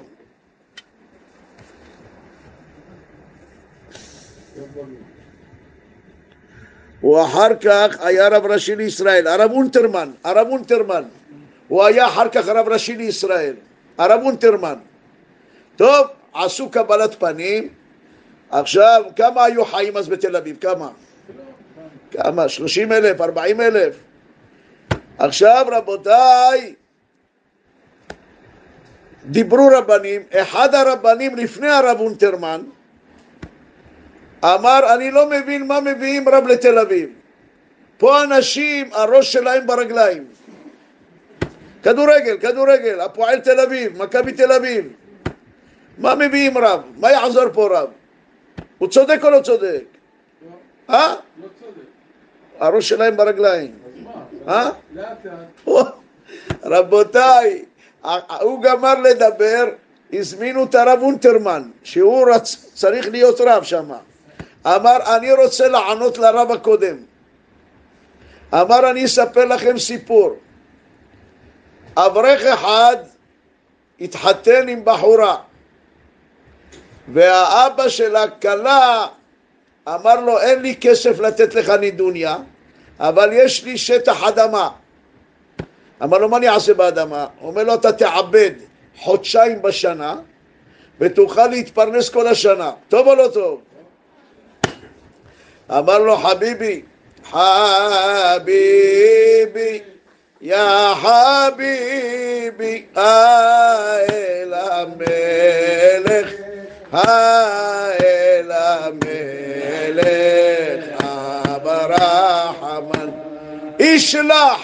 הוא אחר כך היה רב ראשי לישראל, הרב אונטרמן, הרב אונטרמן. הוא היה אחר כך רב ראשי לישראל, הרב אונטרמן. טוב, עשו קבלת פנים. עכשיו, כמה היו חיים אז בתל אביב? כמה? כמה? שלושים אלף, ארבעים אלף. עכשיו רבותיי, דיברו רבנים, אחד הרבנים לפני הרב אונטרמן אמר, אני לא מבין מה מביאים רב לתל אביב. פה אנשים, הראש שלהם ברגליים. כדורגל, כדורגל, הפועל תל אביב, מכבי תל אביב. מה מביאים רב? מה יעזור פה רב? הוא צודק או לא צודק? אה? לא צודק. הראש שלהם ברגליים. אז מה? לאט לאט. רבותיי, הוא גמר לדבר, הזמינו את הרב אונטרמן, שהוא רצ... צריך להיות רב שם. אמר, אני רוצה לענות לרב הקודם. אמר, אני אספר לכם סיפור. אברך אחד התחתן עם בחורה, והאבא של הכלה אמר לו, אין לי כסף לתת לך נידוניה, אבל יש לי שטח אדמה. אמר לו, מה אני אעשה באדמה? הוא אומר לו, אתה תעבד חודשיים בשנה ותוכל להתפרנס כל השנה. טוב או לא טוב? אמר לו, חביבי, חביבי, יא חביבי, אל המלך, אל המלך, אברחמן, ישלח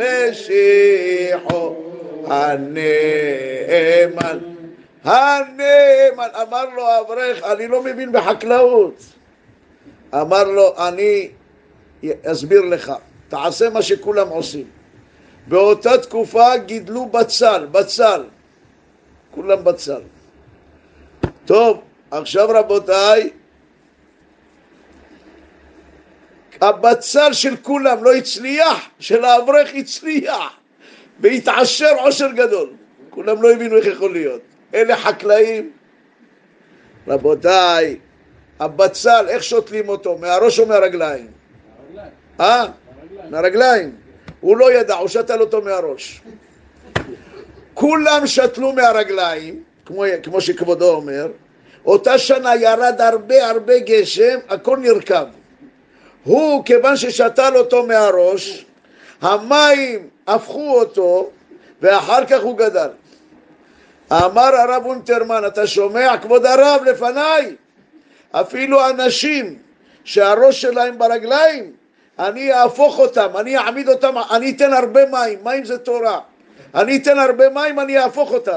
משיחו הנאמן, הנאמן. אמר לו אברך, אני לא מבין בחקלאות. אמר לו, אני אסביר לך, תעשה מה שכולם עושים. באותה תקופה גידלו בצל, בצל, כולם בצל. טוב, עכשיו רבותיי, הבצל של כולם לא הצליח, של האברך הצליח, והתעשר עושר גדול. כולם לא הבינו איך יכול להיות. אלה חקלאים. רבותיי, הבצל, איך שותלים אותו? מהראש או מהרגליים? אה? מהרגליים. הוא לא ידע, הוא שתל אותו מהראש. כולם שתלו מהרגליים, כמו, כמו שכבודו אומר. אותה שנה ירד הרבה הרבה גשם, הכל נרכב. הוא, כיוון ששתל אותו מהראש, המים הפכו אותו, ואחר כך הוא גדל. אמר הרב אונטרמן, אתה שומע, כבוד הרב, לפניי? אפילו אנשים שהראש שלהם ברגליים, אני אהפוך אותם, אני אעמיד אותם, אני אתן הרבה מים, מים זה תורה. אני אתן הרבה מים, אני אהפוך אותם.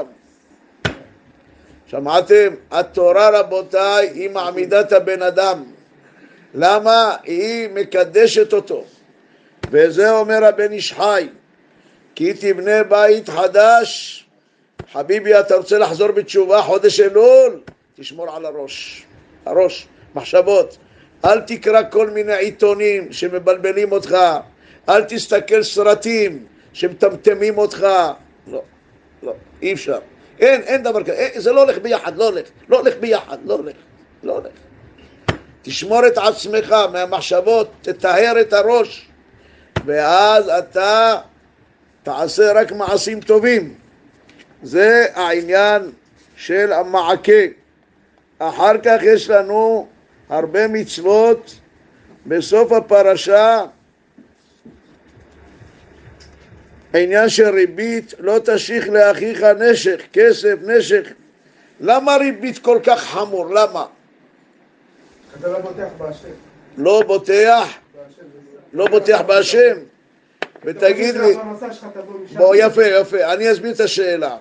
שמעתם? התורה רבותיי היא מעמידת הבן אדם. למה? היא מקדשת אותו. וזה אומר הבן איש חי, כי תבנה בית חדש. חביבי, אתה רוצה לחזור בתשובה חודש אלול? תשמור על הראש, הראש, מחשבות. אל תקרא כל מיני עיתונים שמבלבלים אותך, אל תסתכל סרטים שמטמטמים אותך. לא, לא, אי אפשר. אין, אין דבר כזה, זה לא הולך ביחד, לא הולך, לא הולך ביחד, לא הולך, לא הולך. תשמור את עצמך מהמחשבות, תטהר את הראש, ואז אתה תעשה רק מעשים טובים. זה העניין של המעקה. אחר כך יש לנו הרבה מצוות בסוף הפרשה. עניין של ריבית, לא תשיך לאחיך נשך, כסף, נשך. למה ריבית כל כך חמור? למה? אתה לא בוטח בהשם. לא בוטח, לא בוטח בהשם. ותגיד לי, בוא יפה יפה, אני אסביר את השאלה.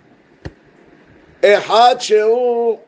אחד שהוא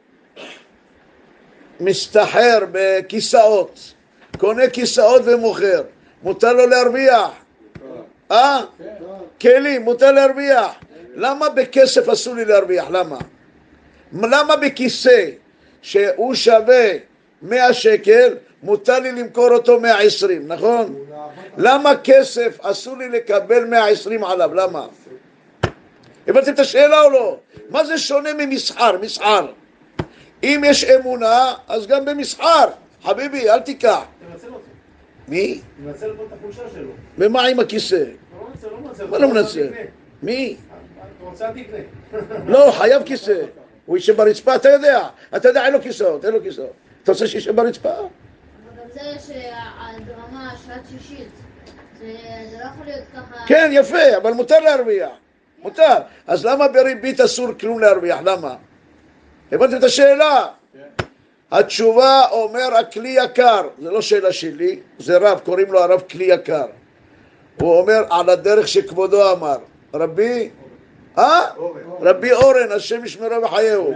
מסתחר בכיסאות, קונה כיסאות ומוכר, מותר לו להרוויח? אה? כלים, מותר להרוויח. למה בכסף אסור לי להרוויח? למה? למה בכיסא שהוא שווה מאה שקל מותר לי למכור אותו מאה ועשרים, נכון? למה כסף אסור לי לקבל מאה ועשרים עליו? למה? הבנתם את השאלה או לא? מה זה שונה ממסחר? מסחר, אם יש אמונה אז גם במסחר, חביבי, אל תיקח. מי? מנצל פה את החולשה שלו. ומה עם הכיסא? לא מנצל, לא מנצל. מה לא מנצל? מי? אתה רוצה תקנה. לא, חייב כיסא. הוא יישב ברצפה, אתה יודע. אתה יודע, אין לו כיסאות, אין לו כיסאות. אתה רוצה שישב ברצפה? אבל גם זה שהדרמה שעת שישית, זה לא יכול להיות ככה... כן, יפה, אבל מותר להרוויח. מותר. אז למה בריבית אסור כלום להרוויח? למה? הבנתם את השאלה? התשובה אומר הכלי יקר. זה לא שאלה שלי, זה רב, קוראים לו הרב כלי יקר. הוא אומר על הדרך שכבודו אמר. רבי? אה? רבי אורן, השם ישמרו וחייהו.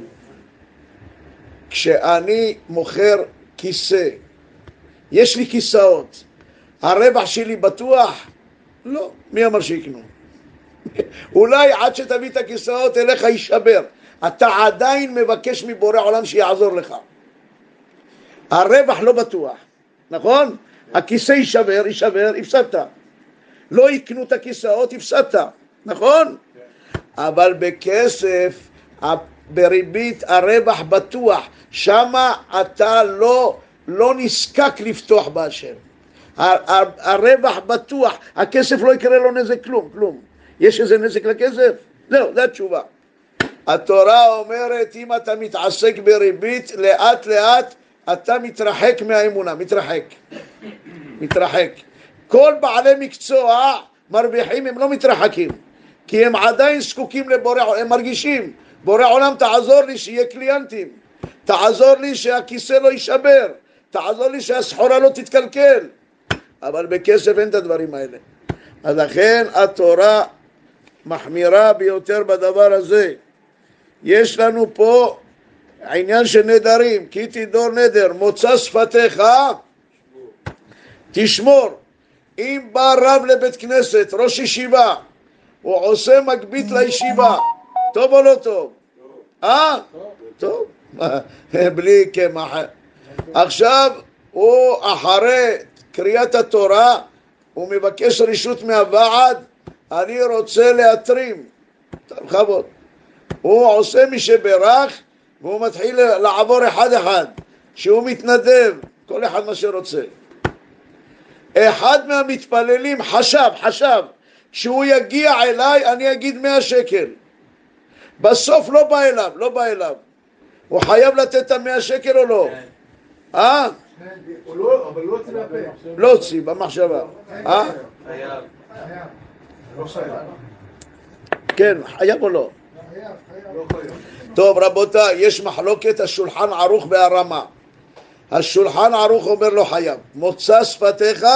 כשאני מוכר כיסא, יש לי כיסאות, הרווח שלי בטוח? לא. מי אמר שיקנו? אולי עד שתביא את הכיסאות אליך יישבר. אתה עדיין מבקש מבורא עולם שיעזור לך. הרווח לא בטוח, נכון? הכיסא יישבר, יישבר, הפסדת. לא יקנו את הכיסאות, הפסדת, נכון? אבל בכסף, בריבית, הרווח בטוח. שמה אתה לא, לא נזקק לפתוח בהשם. הרווח בטוח, הכסף לא יקרה לו נזק כלום, כלום. יש איזה נזק לכסף? זהו, זו התשובה. התורה אומרת, אם אתה מתעסק בריבית, לאט לאט אתה מתרחק מהאמונה, מתרחק. מתרחק. כל בעלי מקצוע מרוויחים, הם לא מתרחקים. כי הם עדיין זקוקים לבורא עולם, הם מרגישים, בורא עולם תעזור לי שיהיה קליינטים, תעזור לי שהכיסא לא יישבר, תעזור לי שהסחורה לא תתקלקל. אבל בכסף אין את הדברים האלה. אז לכן התורה מחמירה ביותר בדבר הזה. יש לנו פה עניין של נדרים, כי תדור נדר, מוצא שפתיך תשמור. אם בא רב לבית כנסת, ראש ישיבה, הוא עושה מגבית לישיבה, טוב או לא טוב? אה? טוב. בלי כמח. עכשיו הוא אחרי קריאת התורה, הוא מבקש רשות מהוועד, אני רוצה להתרים. בכבוד. הוא עושה מי שברך, והוא מתחיל לעבור אחד אחד, שהוא מתנדב, כל אחד מה שרוצה. אחד מהמתפללים חשב, חשב, שהוא יגיע אליי, אני אגיד מאה שקל. בסוף לא בא אליו, לא בא אליו. הוא חייב לתת את המאה שקל או לא? אה? הוא לא, אבל לא הוציא מהפה. לא הוציא, במחשבה. אה? חייב. לא חייב. כן, חייב או לא? חייב, חייב. לא חייב. טוב רבותיי, יש מחלוקת השולחן ערוך בהרמה. השולחן ערוך אומר לא חייב. מוצא שפתיך,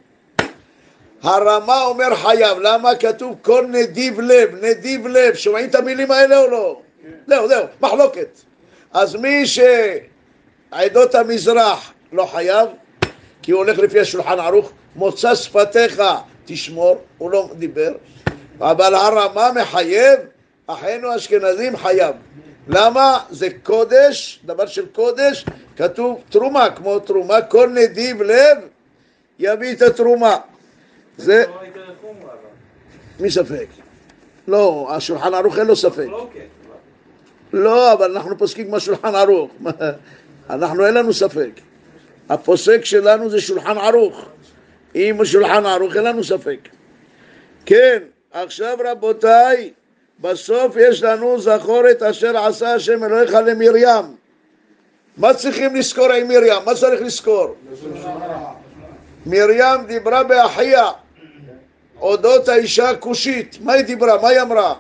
הרמה אומר חייב. למה? כתוב כל נדיב לב, נדיב לב. שומעים את המילים האלה או לא? זהו, זהו, מחלוקת. אז מי שעדות המזרח לא חייב, כי הוא הולך לפי השולחן ערוך, מוצא שפתיך תשמור, הוא לא דיבר, אבל הרמה מחייב, אחינו אשכנזים חייב. למה? זה קודש, דבר של קודש, כתוב תרומה, כמו תרומה, כל נדיב לב יביא את התרומה. זה... מי ספק? לא, השולחן ערוך אין לו ספק. לא, אבל אנחנו פוסקים כמו שולחן ערוך. אנחנו אין לנו ספק. הפוסק שלנו זה שולחן ערוך. אם שולחן ערוך אין לנו ספק. כן, עכשיו רבותיי, בסוף יש לנו זכור את אשר עשה השם אלוהיך למרים. מה צריכים לזכור עם מרים? מה צריך לזכור? מרים דיברה באחיה. אודות האישה הכושית. מה היא דיברה? מה היא אמרה?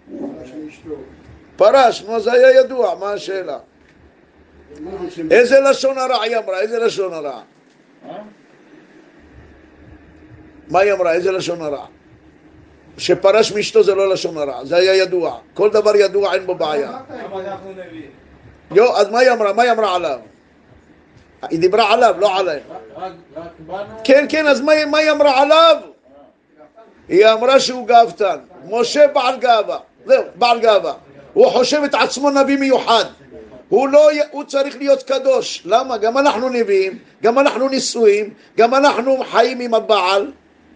פרש, נו זה היה ידוע, מה השאלה? איזה לשון הרע היא אמרה? איזה לשון הרע? מה היא אמרה? איזה לשון הרע? שפרש מאשתו זה לא לשון הרע, זה היה ידוע. כל דבר ידוע, אין בו בעיה. יו, אז מה היא אמרה? מה היא אמרה עליו? היא דיברה עליו, לא עליהם. כן, כן, אז מה היא אמרה עליו? היא אמרה שהוא גאוותן. משה בעל גאווה. זהו, בעל גאווה. הוא חושב את עצמו נביא מיוחד. הוא לא, הוא צריך להיות קדוש. למה? גם אנחנו נביאים, גם אנחנו נישואים, גם אנחנו חיים עם הבעל.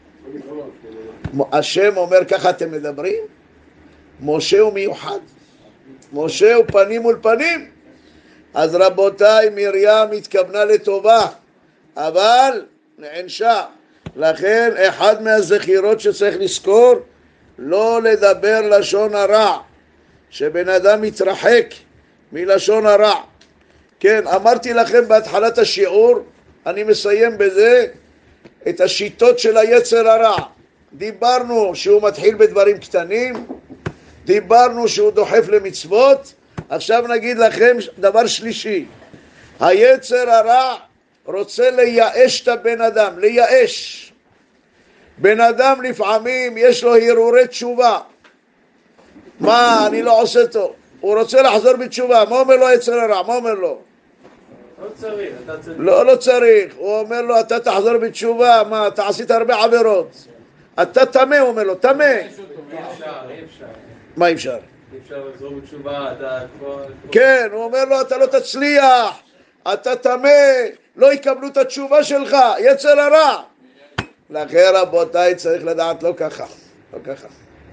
השם אומר ככה אתם מדברים? משה הוא מיוחד. משה הוא פנים מול פנים. אז רבותיי, מרים התכוונה לטובה, אבל נענשה. לכן אחד מהזכירות שצריך לזכור, לא לדבר לשון הרע, שבן אדם מתרחק מלשון הרע. כן, אמרתי לכם בהתחלת השיעור, אני מסיים בזה, את השיטות של היצר הרע. דיברנו שהוא מתחיל בדברים קטנים, דיברנו שהוא דוחף למצוות, עכשיו נגיד לכם דבר שלישי. היצר הרע רוצה לייאש את הבן אדם, לייאש. בן אדם לפעמים יש לו הרהורי תשובה. מה, אני לא עושה טוב. הוא רוצה לחזור בתשובה. מה אומר לו היצר הרע? מה אומר לו? לא צריך, אתה צריך. לא, לא צריך. הוא אומר לו, אתה תחזור בתשובה. מה, אתה עשית הרבה עבירות. אתה תמה, הוא אומר לו, תמה. אי אפשר, אי אפשר. מה אי אפשר? אי אפשר לחזור בתשובה, אתה כבר... כן, הוא אומר לו, אתה לא תצליח. אתה תמה, לא יקבלו את התשובה שלך. יצר הרע. לכן רבותיי צריך לדעת לא ככה, לא ככה.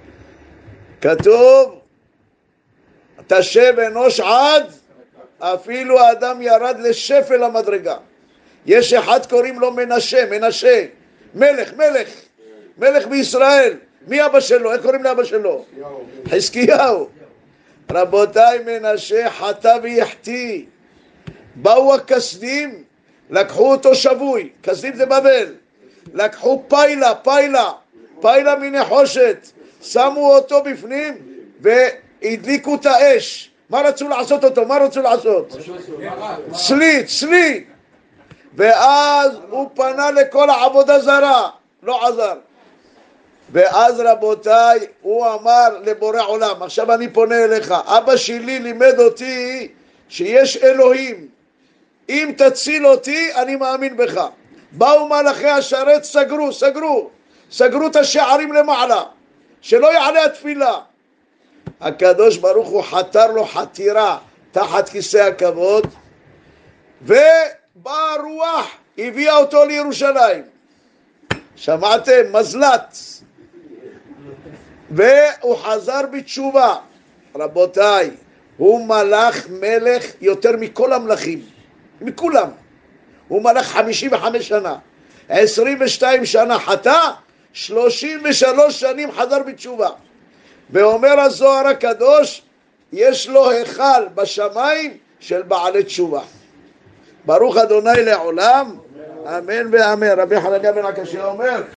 כתוב, תשב אנוש עד, אפילו האדם ירד לשפל המדרגה. יש אחד קוראים לו מנשה, מנשה, מלך, מלך, מלך בישראל. מי אבא שלו? איך קוראים לאבא שלו? חזקיהו. רבותיי, מנשה חטא ויחטיא. באו הכסדים, לקחו אותו שבוי, כסדים זה בבל. לקחו פיילה, פיילה, פיילה מנחושת, שמו אותו בפנים והדליקו את האש. מה רצו לעשות אותו? מה רצו לעשות? צלי, צלי. ואז הוא פנה לכל העבודה זרה, לא עזר. ואז רבותיי, הוא אמר לבורא עולם, עכשיו אני פונה אליך, אבא שלי לימד אותי שיש אלוהים, אם תציל אותי אני מאמין בך. באו מלאכי השרת, סגרו, סגרו, סגרו את השערים למעלה, שלא יעלה התפילה. הקדוש ברוך הוא חתר לו חתירה תחת כיסא הכבוד, ובאה רוח, הביאה אותו לירושלים. שמעתם? מזלת. והוא חזר בתשובה. רבותיי, הוא מלך מלך יותר מכל המלכים, מכולם. הוא מלך חמישים וחמש שנה, עשרים ושתיים שנה חטא, שלושים ושלוש שנים חזר בתשובה. ואומר הזוהר הקדוש, יש לו היכל בשמיים של בעלי תשובה. ברוך אדוני לעולם, אמן ואמן. רבי חנניה בן עקשיא אומר